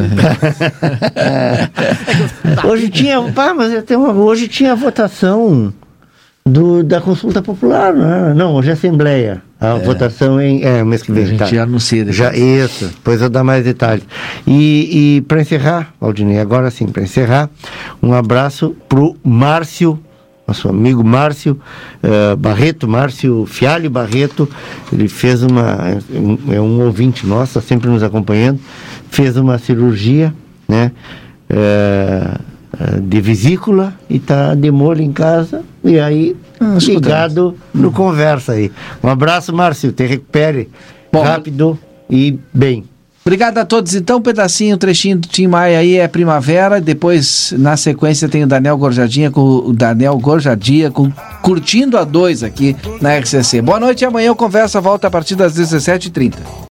é. Hoje tinha, pá, mas eu tenho uma, hoje tinha a votação do, da consulta popular, né? Não, hoje é Assembleia. A é. votação em é, mês que vem. A gente tá. já anuncia. Já, isso, depois eu dar mais detalhes. E, e para encerrar, Valdinei, agora sim, para encerrar, um abraço pro Márcio, nosso amigo Márcio uh, Barreto, Márcio Fialho Barreto. Ele fez uma, é um ouvinte nosso, sempre nos acompanhando, fez uma cirurgia, né, uh, de vesícula e tá de molho em casa, e aí ah, ligado no Conversa aí. Um abraço, Márcio, te recupere Bom, rápido e bem. Obrigado a todos. Então, um pedacinho, um trechinho do Tim Maia aí é Primavera. Depois, na sequência, tem o Daniel Gorjadia com o Daniel Gorjadia com Curtindo a Dois aqui na R C C. Boa noite e amanhã o Conversa volta a partir das dezessete e trinta.